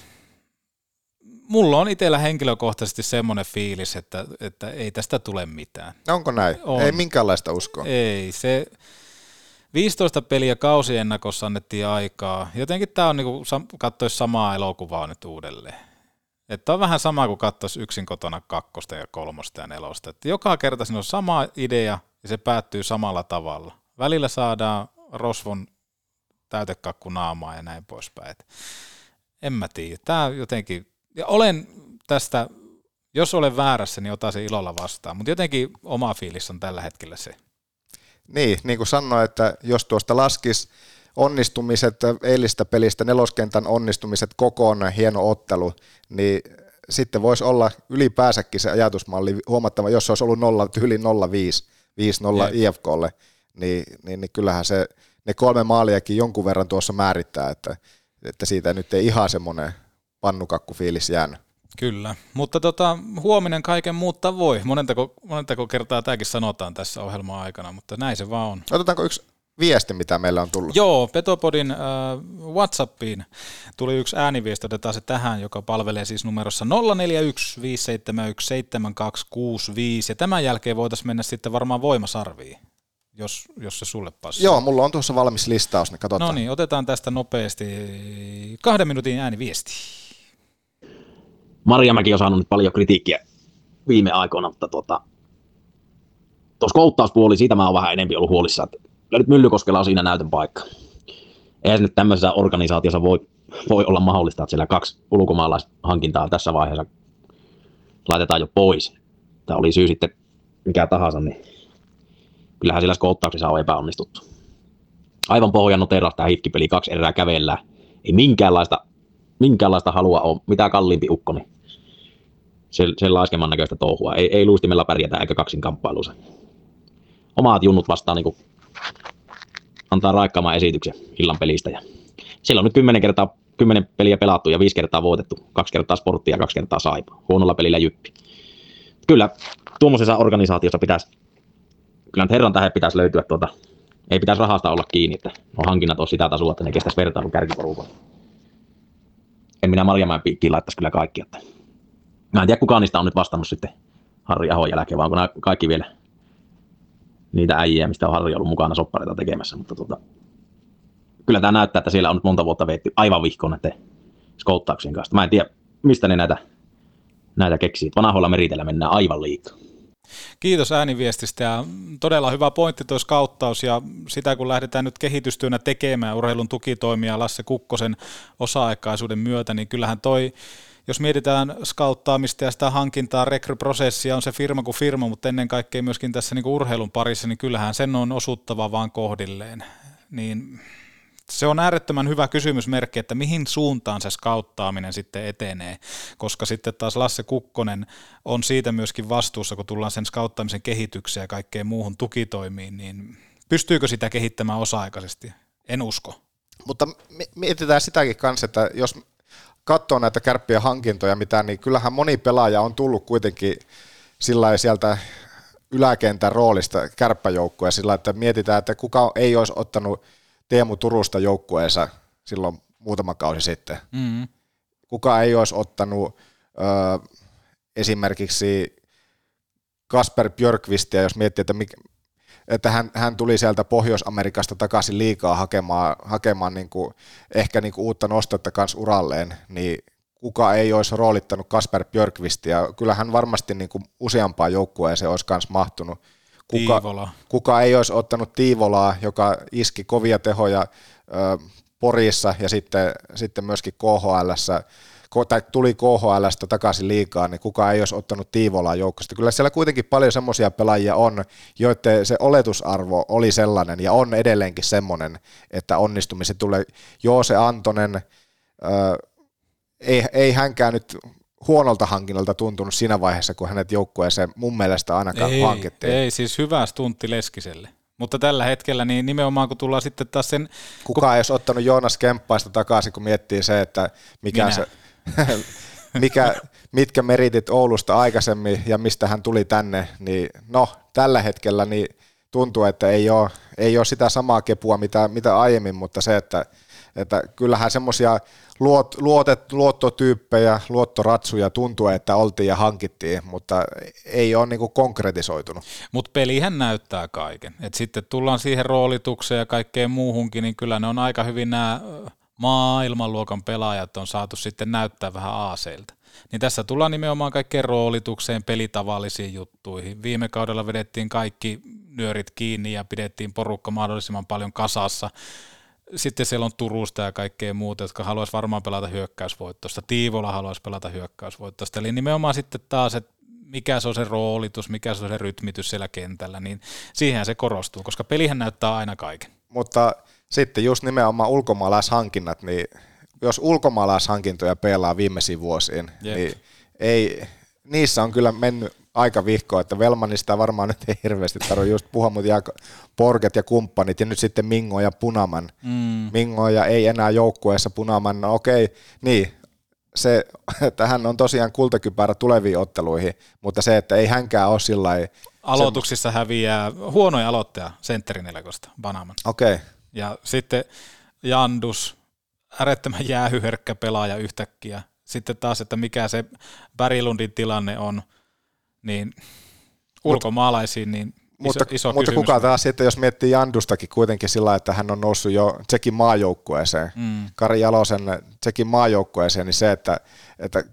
Mulla on itsellä henkilökohtaisesti semmoinen fiilis, että, että ei tästä tule mitään. Onko näin? On. Ei minkäänlaista uskoa? Ei, se viisitoista peliä kausiennakossa annettiin aikaa. Jotenkin tämä on niinku katsoisi samaa elokuvaa nyt uudelleen. Että on vähän sama kuin katsoisi yksin kotona kakkosta ja kolmosta ja nelosta. Että joka kerta siinä on sama idea ja se päättyy samalla tavalla. Välillä saadaan rosvon täytekakku naamaa ja näin poispäin. Et en mä tiedä. Tämä jotenkin, ja olen tästä, jos olen väärässä, niin otan sen ilolla vastaan. Mutta jotenkin oma fiilis on tällä hetkellä se. Niin, niin kuin sanoin, että jos tuosta laskisi onnistumiset eilistä pelistä, neloskentän onnistumiset kokonaan, hieno ottelu, niin sitten voisi olla ylipäänsäkin se ajatusmalli huomattava, jos se olisi ollut nolla, yli nolla viisi, viisi nolla I F K:lle, niin, niin, niin kyllähän se, ne kolme maaliakin jonkun verran tuossa määrittää, että, että siitä nyt ei ihan semmoinen pannukakkufiilis jäänyt. Kyllä, mutta tota, huominen kaiken muuttaa voi. Monentako, monentako kertaa tämäkin sanotaan tässä ohjelman aikana, mutta näin se vaan on. Otetaanko yksi viesti, mitä meillä on tullut? Joo, Petopodin äh, WhatsAppiin tuli yksi ääniviesti, otetaan se tähän, joka palvelee siis numerossa nolla neljä yksi viisi seitsemän yksi seitsemän kaksi kuusi viisi, ja tämän jälkeen voitaisiin mennä sitten varmaan voimasarviin, jos, jos se sulle passaa. Joo, mulla on tuossa valmis listaus, niin katsotaan. No niin, otetaan tästä nopeasti kahden minuutin ääniviesti. Marjamäki on saanut nyt paljon kritiikkiä viime aikoina, mutta tuota, tuossa kouttauspuoli, siitä mä oon vähän enemmän ollut huolissaan. Kyllä nyt Myllykoskella on siinä näytön paikka. Eihän se nyt tämmöisessä organisaatiossa voi, voi olla mahdollista, että siellä kaksi ulkomaalaishankintaa tässä vaiheessa laitetaan jo pois. Tämä oli syy sitten mikä tahansa, niin kyllähän sillä skouttauksessa on epäonnistuttu. Aivan pohjan noteraa tämä hitkipeli, kaksi erää kävellään. Ei minkäänlaista minkäänlaista halua ole, mitä kalliimpi ukko, niin sen, sen laskeman näköistä touhua. Ei, ei luistimella pärjätä eikä kaksin kamppailussa. Omat junnut vastaan niin antaa raikkaamaan esityksen illan pelistä. Ja siellä on nyt kymmenen kertaa, kymmenen peliä pelattu ja viisi kertaa voitettu. Kaksi kertaa Sporttia ja kaksi kertaa Saipa. Huonolla pelillä Jyppi. Kyllä tuommoisessa organisaatiossa pitäisi, kyllä nyt herran tähän pitäisi löytyä, tuota, ei pitäisi rahasta olla kiinni, että no hankinnat on sitä tasoa, että ne kestäisi vertailun kärkiporukalla. En minä Marjamäen piikkiin laittaisi kyllä kaikki. Että mä en tiedä, kukaan niistä on nyt vastannut sitten Harri Ahon jälkeen, vaan onko nämä kaikki vielä niitä äijiä, mistä on Harri ollut mukana soppareita tekemässä. Mutta tuota, kyllä tämä näyttää, että siellä on nyt monta vuotta veetty aivan vihkoon näiden skouttauksien kanssa. Mä en tiedä, mistä ne näitä, näitä keksii. Vanhoilla meritellä mennään aivan liikaa. Kiitos ääniviestistä ja todella hyvä pointti tuo skauttaus ja sitä kun lähdetään nyt kehitystyönä tekemään urheilun tukitoimia Lasse Kukkosen osa-aikaisuuden myötä, niin kyllähän toi, jos mietitään skauttaamista ja sitä hankintaa, rekryprosessia on se firma kuin firma, mutta ennen kaikkea myöskin tässä niin kuin urheilun parissa, niin kyllähän sen on osuttava vaan kohdilleen. Niin se on äärettömän hyvä kysymysmerkki, että mihin suuntaan se skauttaaminen sitten etenee, koska sitten taas Lasse Kukkonen on siitä myöskin vastuussa, kun tullaan sen skauttaamisen kehitykseen ja kaikkeen muuhun tukitoimiin, niin pystyykö sitä kehittämään osa-aikaisesti? En usko. Mutta mietitään sitäkin kanssa, että jos katsoo näitä Kärppien hankintoja, mitä, niin kyllähän moni pelaaja on tullut kuitenkin sillä sieltä yläkentän roolista kärppäjoukkoja sillä, että mietitään, että kuka ei olisi ottanut Teemu Turusta joukkueensa silloin muutama kausi sitten. Mm-hmm. Kuka ei olisi ottanut ö, esimerkiksi Kasper Björkvistia, jos miettii, että mikä, että hän, hän tuli sieltä Pohjois-Amerikasta takaisin liigaa hakemaan, hakemaan niin kuin, ehkä niin kuin uutta nostetta kanssa uralleen, niin kuka ei olisi roolittanut Kasper Björkvistia. Kyllä hän varmasti niin kuin useampaan joukkueeseen olisi kanssa mahtunut. Kuka, kuka ei olisi ottanut Tiivolaa, joka iski kovia tehoja ö, Porissa ja sitten, sitten myöskin K H L:ssä, tai tuli K H L:stä takaisin liigaan, niin kuka ei olisi ottanut Tiivolaa joukkosta. Kyllä siellä kuitenkin paljon semmoisia pelaajia on, joiden se oletusarvo oli sellainen ja on edelleenkin semmoinen, että onnistumisen tulee. Joose Antonen, ö, ei, ei hänkään nyt huonolta hankinnalta tuntunut siinä vaiheessa, kun hänet joukkueeseen mun mielestä ainakaan ei, hankittiin. Ei, siis hyvä stuntti Leskiselle. Mutta tällä hetkellä niin nimenomaan kun tullaan sitten taas sen... Kuka kun... ei olisi ottanut Joonas Kemppaista takaisin, kun miettii se, että mikä se, mikä, mitkä meritit Oulusta aikaisemmin ja mistä hän tuli tänne, niin no tällä hetkellä niin tuntuu, että ei ole, ei ole sitä samaa kepua mitä, mitä aiemmin, mutta se, että, että kyllähän semmoisia luot, luotet, luottotyyppejä, luottoratsuja tuntuu, että oltiin ja hankittiin, mutta ei ole niinku konkretisoitunut. Mutta pelihän näyttää kaiken. Et sitten tullaan siihen roolitukseen ja kaikkeen muuhunkin, niin kyllä ne on aika hyvin nämä maailmanluokan pelaajat on saatu sitten näyttää vähän aaseilta. Niin tässä tullaan nimenomaan kaikkeen roolitukseen, pelitavallisiin juttuihin. Viime kaudella vedettiin kaikki nyörit kiinni ja pidettiin porukka mahdollisimman paljon kasassa. Sitten siellä on Turusta ja kaikkea muuta, jotka haluaisi varmaan pelata hyökkäysvoittosta. Tiivola haluaisi pelata hyökkäysvoittosta. Eli nimenomaan sitten taas, että mikä se on se roolitus, mikä se on se rytmitys siellä kentällä, niin siihen se korostuu, koska pelihän näyttää aina kaiken. Mutta sitten just nimenomaan ulkomaalaishankinnat, niin jos ulkomaalaishankintoja pelaa viimeisiin vuosiin, Jep. niin ei, niissä on kyllä mennyt aika vihkoa, että Velmanista varmaan nyt ei hirveästi tarvitse just puhua, mutta jää Porget ja kumppanit ja nyt sitten Mingo ja Punaman. Mm. Mingo ja ei enää joukkueessa Punaman, no okei, niin se, että hän on tosiaan kultakypärä tuleviin otteluihin, mutta se, että ei hänkään ole sillä lailla. Aloituksissa se häviää huonoja aloittaja sentterin elkosta, Banaman. Okei. Okay. Ja sitten Jandus, äärettömän jäähyherkkä pelaaja yhtäkkiä. Sitten taas, että mikä se Berglundin tilanne on, niin ulkomaalaisiin, niin iso, mutta, iso mutta kysymys. kuka taas sitten, jos miettii Jandustakin kuitenkin sillä, että hän on noussut jo Tsekin maajoukkueeseen, mm. Kari Jalosen Tsekin maajoukkueeseen, niin se, että, että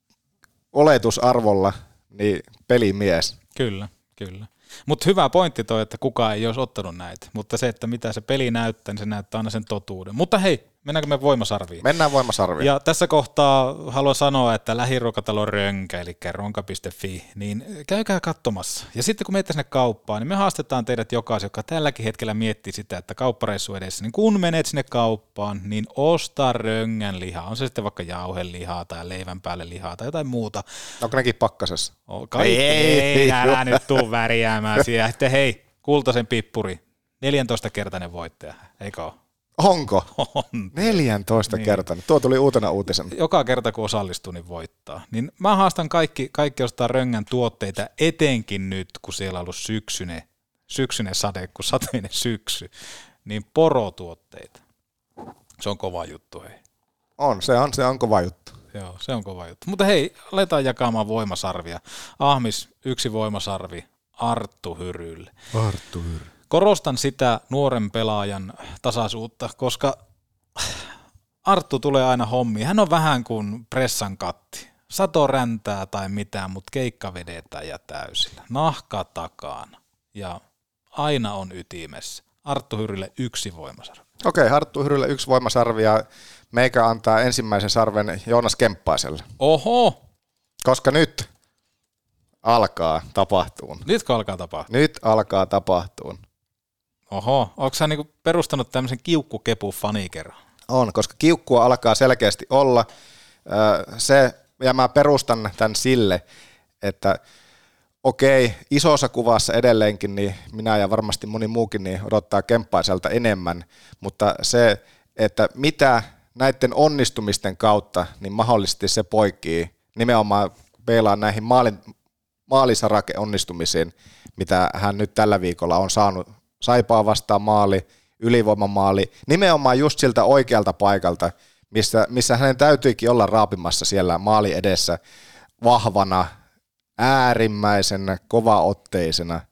oletusarvolla niin pelimies. Kyllä, kyllä. Mutta hyvä pointti toi, että kukaan ei olisi ottanut näitä, mutta se, että mitä se peli näyttää, niin se näyttää aina sen totuuden. Mutta hei, mennäänkö me voimasarviin? Mennään voimasarviin. Ja tässä kohtaa haluan sanoa, että lähiruokatalo Rönkä, eli ronka piste fi, niin käykää katsomassa. Ja sitten kun menette sinne kauppaan, niin me haastetaan teidät jokaisen, joka tälläkin hetkellä miettii sitä, että kauppareissu edessä, niin kun menet sinne kauppaan, niin osta Röngän lihaa. On se sitten vaikka jauhelihaa tai leivän päälle lihaa tai jotain muuta. Onko nekin pakkasessa? Oh, kaikki, ei, ei, älä nyt tuu värjäämään siellä. Sitten hei, kultaisen pippuri, neljäntoista-kertainen voittaja, eikö ole? Onko? On. neljätoista niin. kertaa. Tuo tuli uutena uutisena. Joka kerta kun osallistuu, niin voittaa. Niin mä haastan kaikki, kaikki ostaa Röngän tuotteita, etenkin nyt, kun siellä on ollut syksyinen, syksyinen sade, kun sateinen syksy, niin porotuotteita. Se on kova juttu, hei. On, se on, se on kova juttu. Joo, se on kova juttu. Mutta hei, aletaan jakamaan voimasarvia. Ahmis, yksi voimasarvi, Arttu Hyrylle. Arttu Hyry. Korostan sitä nuoren pelaajan tasaisuutta, koska Arttu tulee aina hommiin. Hän on vähän kuin pressan katti. Sato räntää tai mitään, mutta keikka vedetään ja täysillä. Nahka takana ja aina on ytimessä. Arttu Hyrylle yksi voimasarvi. Okei, Arttu Hyrylle yksi voimasarvi ja meikä antaa ensimmäisen sarven Joonas Kemppaiselle. Oho! Koska nyt alkaa tapahtuun. Nytkö alkaa tapahtua? Nyt alkaa tapahtuun. Oho, onko sä niinku perustanut tämmöisen kiukkukepu-fanikerran? On, koska kiukkua alkaa selkeästi olla. Se, ja mä perustan tämän sille, että okei, isossa kuvassa edelleenkin, niin minä ja varmasti moni muukin niin odottaa Kemppaiselta enemmän, mutta se, että mitä näiden onnistumisten kautta, niin mahdollisesti se poikii nimenomaan peilaan näihin maalin, maalisarake-onnistumisiin, mitä hän nyt tällä viikolla on saanut. Saipaa vastaan maali, ylivoimamaali, nimenomaan just siltä oikealta paikalta, missä, missä hänen täytyykin olla raapimassa siellä maali edessä vahvana, äärimmäisen kovaotteisena,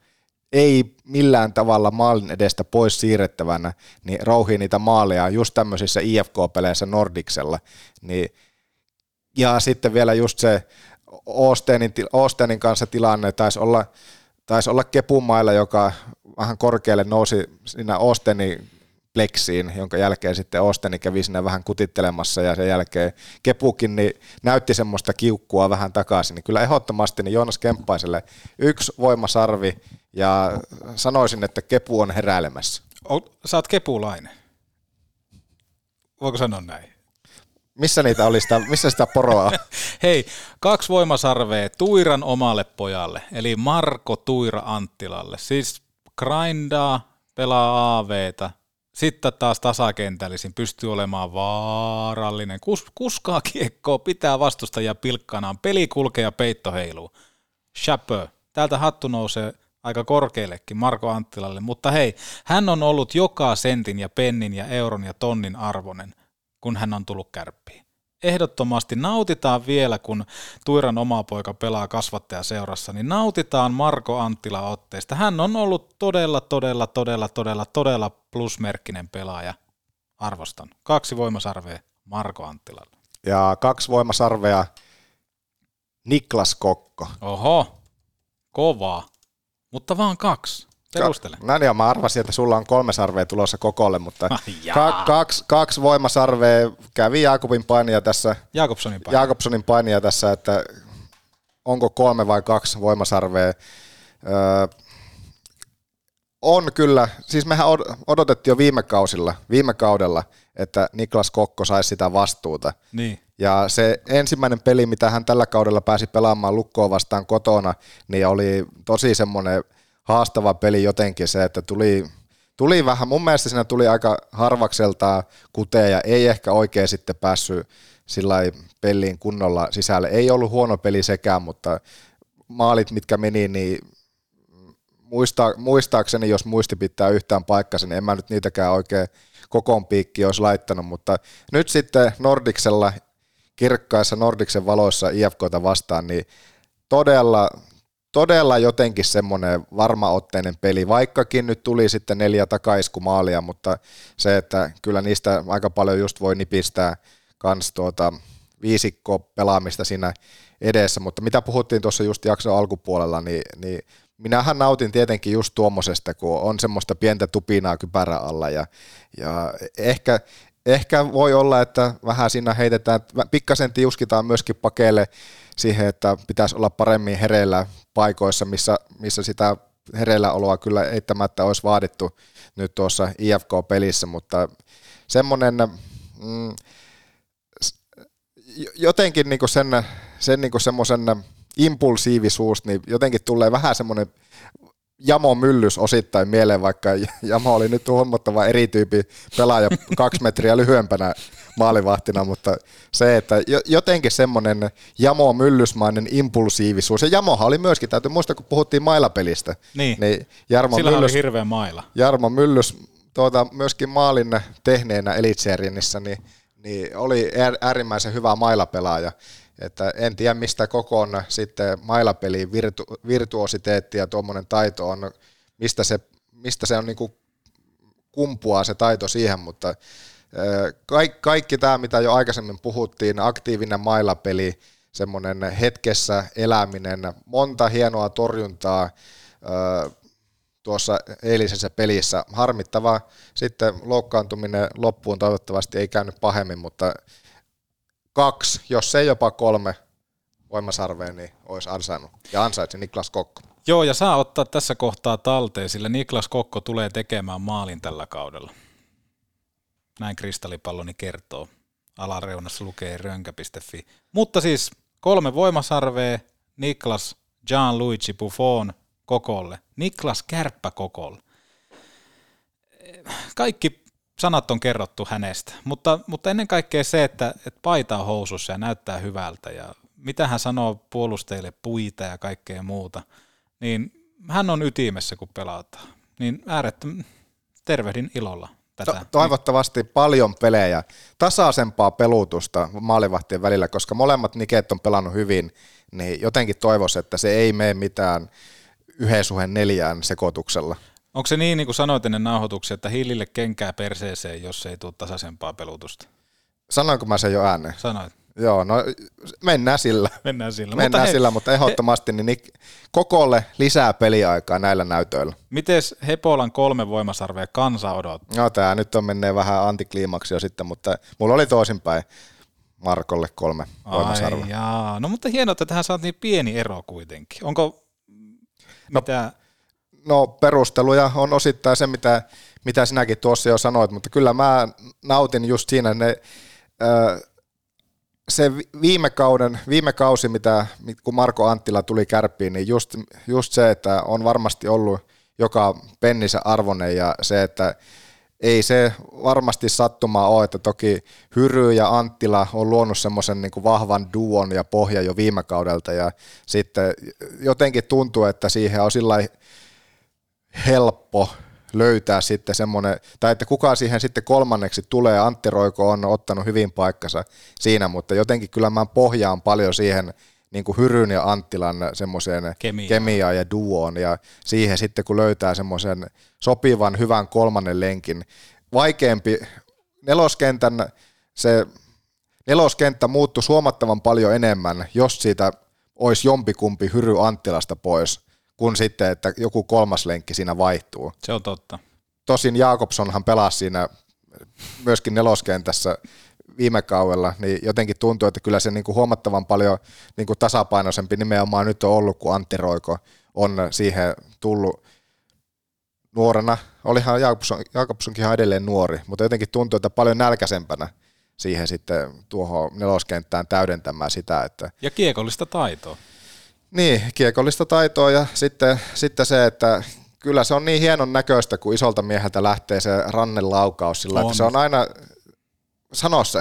ei millään tavalla maalin edestä pois siirrettävänä, niin rouhii niitä maaleja just tämmöisissä I F K-peleissä Nordicsella. Niin, ja sitten vielä just se Oostenin, Oostenin kanssa tilanne taisi olla, taisi olla Kepumailla, joka vähän korkealle nousi siinä Oostenin pleksiin, jonka jälkeen sitten Oosteni kävi sinne vähän kutittelemassa ja sen jälkeen Kepukin niin näytti semmoista kiukkua vähän takaisin. Niin kyllä ehdottomasti niin Joonas Kemppaiselle yksi voimasarvi ja sanoisin, että Kepu on heräilemässä. O, sä oot kepulainen. Voiko sanoa näin? Missä niitä oli sitä, missä sitä poroa? Hei, kaksi voimasarvea Tuiran omalle pojalle, eli Marko Tuira Anttilalle. Siis grindaa, pelaa A V:tä, sitten taas tasakentällisin, pystyy olemaan vaarallinen, Kus, kuskaa kiekkoa, pitää vastustajia pilkkanaan, peli kulkee ja peitto heiluu. Chapeau. Täältä hattu nousee aika korkeallekin Marko Anttilalle, mutta hei, hän on ollut joka sentin ja pennin ja euron ja tonnin arvoinen, kun hän on tullut Kärppiin. Ehdottomasti nautitaan vielä, kun Tuiran oma poika pelaa kasvattajaseurassa, niin nautitaan Marko Anttila otteesta. Hän on ollut todella, todella, todella, todella, todella plusmerkkinen pelaaja. Arvostan. Kaksi voimasarvea Marko Anttilalle. Ja kaksi voimasarvea Niklas Kokko. Oho, kovaa, mutta vaan kaksi. Perustele. Näin ja mä arvasin, että sulla on kolme sarvea tulossa Kokolle, mutta ka- kaksi, kaksi voimasarvea kävi Jaakobin painia tässä, Jakobsonin painia. Jakobsonin painia tässä, että onko kolme vai kaksi voimasarvea. Öö, on kyllä, siis mehän odotettiin jo viime kausilla, viime kaudella, että Niklas Kokko saisi sitä vastuuta. Niin. Ja se ensimmäinen peli, mitä hän tällä kaudella pääsi pelaamaan Lukkoa vastaan kotona, niin oli tosi semmoinen haastava peli jotenkin se, että tuli, tuli vähän, mun mielestä siinä tuli aika harvakseltaan kuteen ja ei ehkä oikein sitten päässyt sillai peliin kunnolla sisälle. Ei ollut huono peli sekään, mutta maalit, mitkä meni, niin muista, muistaakseni, jos muisti pitää yhtään paikkansa, niin en mä nyt niitäkään oikein kokoon piikkiin olisi laittanut, mutta nyt sitten Nordicsella, kirkkaissa Nordicsen valoissa I F K:ta vastaan, niin todella Todella jotenkin semmoinen varmaotteinen peli, vaikkakin nyt tuli sitten neljä takaiskumaalia, mutta se, että kyllä niistä aika paljon just voi nipistää kans tuota viisikko pelaamista siinä edessä, mutta mitä puhuttiin tuossa just jakson alkupuolella, niin, niin minähän nautin tietenkin just tuommoisesta, kun on semmoista pientä tupinaa kypärän alla ja, ja ehkä, ehkä voi olla, että vähän siinä heitetään, pikkasen tiuskitaan myöskin pakeille siihen, että pitäisi olla paremmin hereillä paikoissa, missä, missä sitä hereilläoloa kyllä eittämättä olisi vaadittu nyt tuossa I F K-pelissä, mutta semmoinen mm, jotenkin niinku sen, sen niinku semmoisen impulsiivisuus, niin jotenkin tulee vähän semmoinen Jamo Myllys osittain mieleen, vaikka Jamo oli nyt huomattava eri tyyppi pelaaja kaksi metriä lyhyempänä maalivahtina, mutta se, että jotenkin semmoinen Jamo Myllysmainen impulsiivisuus, ja Jamohan oli myöskin, täytyy muistaa, kun puhuttiin mailapelistä, niin, niin Jarmo sillä Myllys, oli hirveä maila. Jarmo Myllys tuota, myöskin maalin tehneenä Elitserinissä, niin, niin oli äärimmäisen hyvä mailapelaaja. Että en tiedä, mistä kokoon sitten mailapeliin virtu, virtuositeetti ja tuommoinen taito on, mistä se, mistä se on niin kuin kumpuaa se taito siihen, mutta kaikki, kaikki tämä, mitä jo aikaisemmin puhuttiin, aktiivinen mailapeli, semmoinen hetkessä eläminen, monta hienoa torjuntaa tuossa eilisessä pelissä. Harmittava sitten loukkaantuminen loppuun toivottavasti ei käynyt pahemmin, mutta kaksi, jos ei jopa kolme voimasarvea, niin olisi ansainnut ja ansaitsi Niklas Kokko. Joo, ja saa ottaa tässä kohtaa talteen, sillä Niklas Kokko tulee tekemään maalin tällä kaudella. Näin kristallipalloni kertoo. Alareunassa lukee rönkä piste fi. Mutta siis kolme voimasarvea, Niklas Gianluigi Buffon Kokolle, Niklas Kärppä Kokolle. Kaikki sanat on kerrottu hänestä, mutta, mutta ennen kaikkea se, että, että paita on housussa ja näyttää hyvältä ja mitä hän sanoo puolustajille puita ja kaikkea muuta, niin hän on ytimessä, kun pelataan. Niin äärettömän tervehdin ilolla tätä. To- toivottavasti paljon pelejä, tasaisempaa pelutusta maalivahtien välillä, koska molemmat niket on pelannut hyvin, niin jotenkin toivoisin, että se ei mene mitään yhden suhteen neljään sekoituksella. Onko se niin, niin kuin sanoit ennen nauhoituksia, että Hillille kenkää perseeseen, jos ei tule tasaisempaa pelutusta? Sanoinko mä sen jo ääneen? Sanoit. Joo, no mennään sillä. Mennään sillä. Mennään mutta sillä, hei, mutta ehdottomasti he, niin kokolle lisää peliaikaa näillä näytöillä. Mites Hepolan kolme voimasarvea kansa odottaa? No tää nyt on menee vähän antikliimaksi jo sitten, mutta mulla oli toisinpäin Markolle kolme voimasarvea. Ai jaa, no mutta hienoa, että tähän saatiin pieni ero kuitenkin. Onko mitä... No, no perusteluja on osittain se, mitä, mitä sinäkin tuossa jo sanoit, mutta kyllä mä nautin just siinä ne... Äh, se viime kauden, viime kausi, mitä, kun Marko Anttila tuli Kärppiin, niin just, just se, että on varmasti ollut joka penninsä arvoinen ja se, että ei se varmasti sattumaa ole, että toki Hyry ja Anttila on luonut semmoisen niin kuin vahvan duon ja pohja jo viime kaudelta ja sitten jotenkin tuntuu, että siihen on sillä helppo löytää sitten semmoinen, tai että kuka siihen sitten kolmanneksi tulee, Antti Roiko on ottanut hyvin paikkansa siinä, mutta jotenkin kyllä mä pohjaan paljon siihen niin kuin Hyryn ja Anttilan semmoiseen Kemia. kemiaan ja duoon, ja siihen sitten kun löytää semmoisen sopivan hyvän kolmannen lenkin, vaikeampi neloskentän, se neloskenttä muuttui huomattavan paljon enemmän, jos siitä olisi jompikumpi Hyry Anttilasta pois, kun sitten, että joku kolmas lenkki siinä vaihtuu. Se on totta. Tosin Jakobssonhan pelasi siinä myöskin neloskentässä viime kaudella, niin jotenkin tuntuu, että kyllä se niin kuin huomattavan paljon niin kuin tasapainoisempi nimenomaan nyt on ollut, kun Antti Roiko on siihen tullut nuorena. Olihan Jakobsson, Jakobssonkin ihan edelleen nuori, mutta jotenkin tuntuu, että paljon nälkäisempänä siihen sitten tuohon neloskenttään täydentämään sitä. Että ja kiekollista taitoa. Niin, kiekollista taitoa ja sitten, sitten se, että kyllä se on niin hienon näköistä, kun isolta mieheltä lähtee se rannelaukaus sillä, että se on aina, sano se.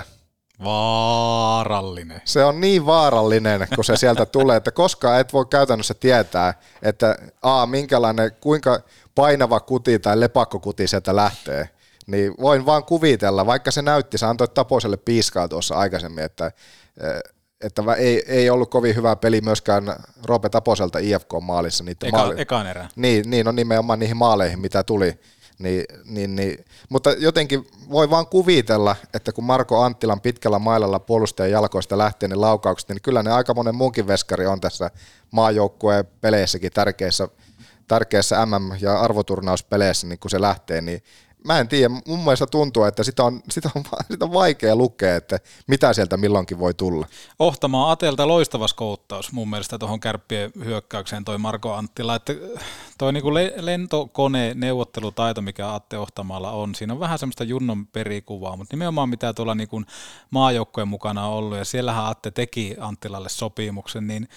Vaarallinen. Se on niin vaarallinen, kun se sieltä tulee, että koskaan et voi käytännössä tietää, että a, minkälainen, kuinka painava kuti tai lepakkokuti sieltä lähtee. Niin voin vaan kuvitella, vaikka se näytti, se antoi Taposelle piiskaa tuossa aikaisemmin, että että ei, ei ollut kovin hyvä peli myöskään Roope Taposelta I F K-maalissa. Eka, maali- ekaan erään. Niin, niin, no nimenomaan niihin maaleihin, mitä tuli. Niin, niin, niin. Mutta jotenkin voi vaan kuvitella, että kun Marko Anttilan pitkällä mailalla puolustajan jalkoista lähtee ne laukaukset, niin kyllä ne aika monen muunkin veskari on tässä maajoukkueen peleissäkin tärkeissä, tärkeissä M M- ja arvoturnauspeleissä, niin kun se lähtee, niin mä en tiedä, mun mielestä tuntuu, että sitä on, sitä on, sitä on vaikea lukea, että mitä sieltä milloinkin voi tulla. Ohtamaa Atelta loistava skouttaus mun mielestä tuohon Kärppien hyökkäykseen toi Marko Anttila, että toi niinku lentokone neuvottelutaito, mikä Atte Ohtamaalla on, siinä on vähän semmoista junnon perikuvaa, mutta nimenomaan mitä tuolla niinku maajoukkojen mukana on ollut, ja siellähän Atte teki Anttilalle sopimuksen, niin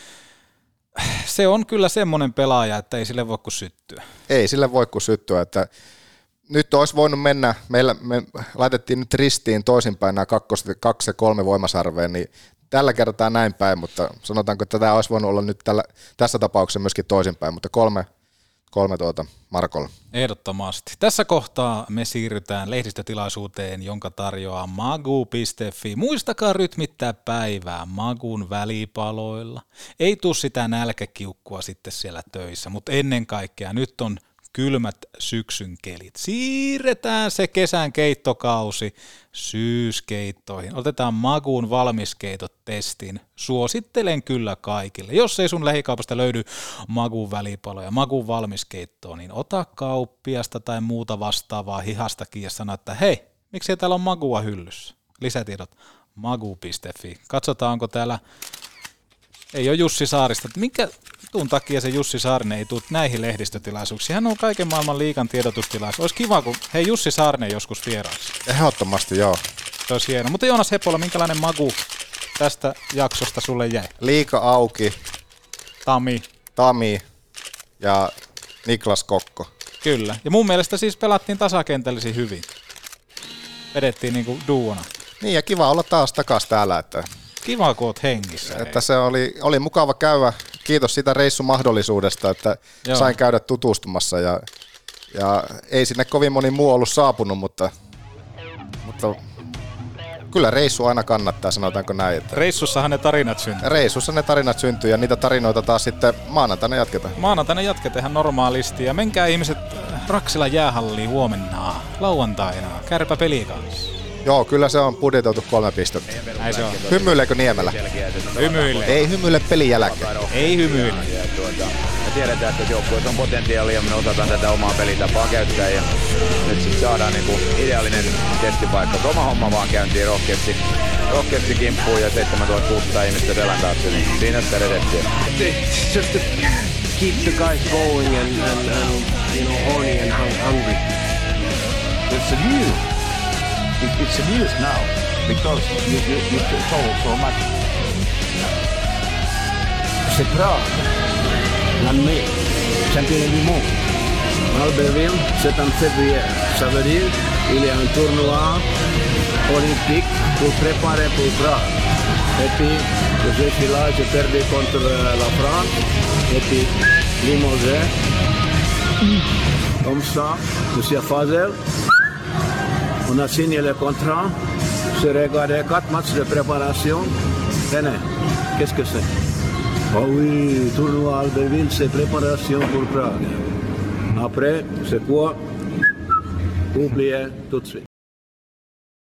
se on kyllä semmoinen pelaaja, että ei sille voi kuin syttyä. Ei sille voi kuin syttyä, että nyt olisi voinut mennä, meillä, me laitettiin nyt ristiin toisinpäin nämä kakkos, kaksi ja kolme voimasarveen, niin tällä kertaa näin päin, mutta sanotaanko, että tämä olisi voinut olla nyt tällä, tässä tapauksessa myöskin toisinpäin, mutta kolme, kolme tuota Markolla. Ehdottomasti. Tässä kohtaa me siirrytään lehdistötilaisuuteen, jonka tarjoaa magu piste fi. Muistakaa rytmittää päivää Magun välipaloilla. Ei tule sitä nälkäkiukkua sitten siellä töissä, mutta ennen kaikkea nyt on kylmät syksyn kelit. Siirretään se kesän keittokausi syyskeittoihin. Otetaan Magun valmiskeitot testiin. Suosittelen kyllä kaikille. Jos ei sun lähikaupasta löydy Magun välipaloja, Magun valmiskeittoa, niin ota kauppiasta tai muuta vastaavaa hihastakin ja sano, että hei, miksi täällä on Magua hyllyssä? Lisätiedot magu piste fi. Katsotaan, onko täällä, ei ole Jussi Saarista. Minkä tuun takia se Jussi Saarinen ei tule näihin lehdistötilaisuuksiin? Hän on kaiken maailman liigan tiedotustilaisuus. Olisi kiva, kun hei Jussi Saarinen joskus vieraaksi. Ehdottomasti, joo. Se olisi hieno. Mutta Joonas Hepola, minkälainen magu tästä jaksosta sulle jäi? Liika auki. Tami. Tami ja Niklas Kokko. Kyllä. Ja mun mielestä siis pelattiin tasakentällisiin hyvin. Vedettiin niinku duona. Niin ja kiva olla taas takas täällä. Että kiva, kun oot hengissä. Että hei. Se oli, oli mukava käydä. Kiitos siitä reissumahdollisuudesta, että Joo. sain käydä tutustumassa. Ja, ja ei sinne kovin moni muu ollut saapunut, mutta, mutta Kyllä reissu aina kannattaa, sanotaanko näin. Että reissussahan ne tarinat syntyy. Reissussa ne tarinat syntyy ja niitä tarinoita taas sitten maanantaina jatketaan. Maanantaina jatketaan ihan normaalisti ja menkää ihmiset Raksilan jäähalliin huomenna lauantaina Kärpä peli kanssa. Joo, kyllä se on budjetoitu kolme pistettä. Näin se on. Hymyileekö Niemelä? Hymyile. Ei hymyile pelin jälkeen. Ei hymyile. Me tiedetään, että joukkueet on potentiaalia ja me osataan tätä omaa pelitapaa käyttää ja nyt sitten saadaan niinku ideaalinen testipaikka. Oma homma vaan käyntiin rohkeasti, rohkeasti kimppuun ja seitsemäntuhattakuusisataa ihmistä selän taakse, niin siinä sitä reseptiä. It's just to keep the guys going and, and, and you know, horny and hungry. It's a news. It, it's a news now because you, you, you told so much. C'est Prague, l'année, championnat du monde. Albertville, c'est en février. Ça veut dire qu'il y a un tournoi olympique pour préparer pour Prague. Et puis, je suis là, j'ai perdu contre la France. Et puis, Limoges. Comme ça, je suis à Fazel. On a signé le contrat. Je regardais quatre matchs de préparation. René, qu'est-ce que c'est? Oh oui, tournoi Albertville, c'est préparation pour Prague. Après, c'est quoi? Oubliez tout de suite.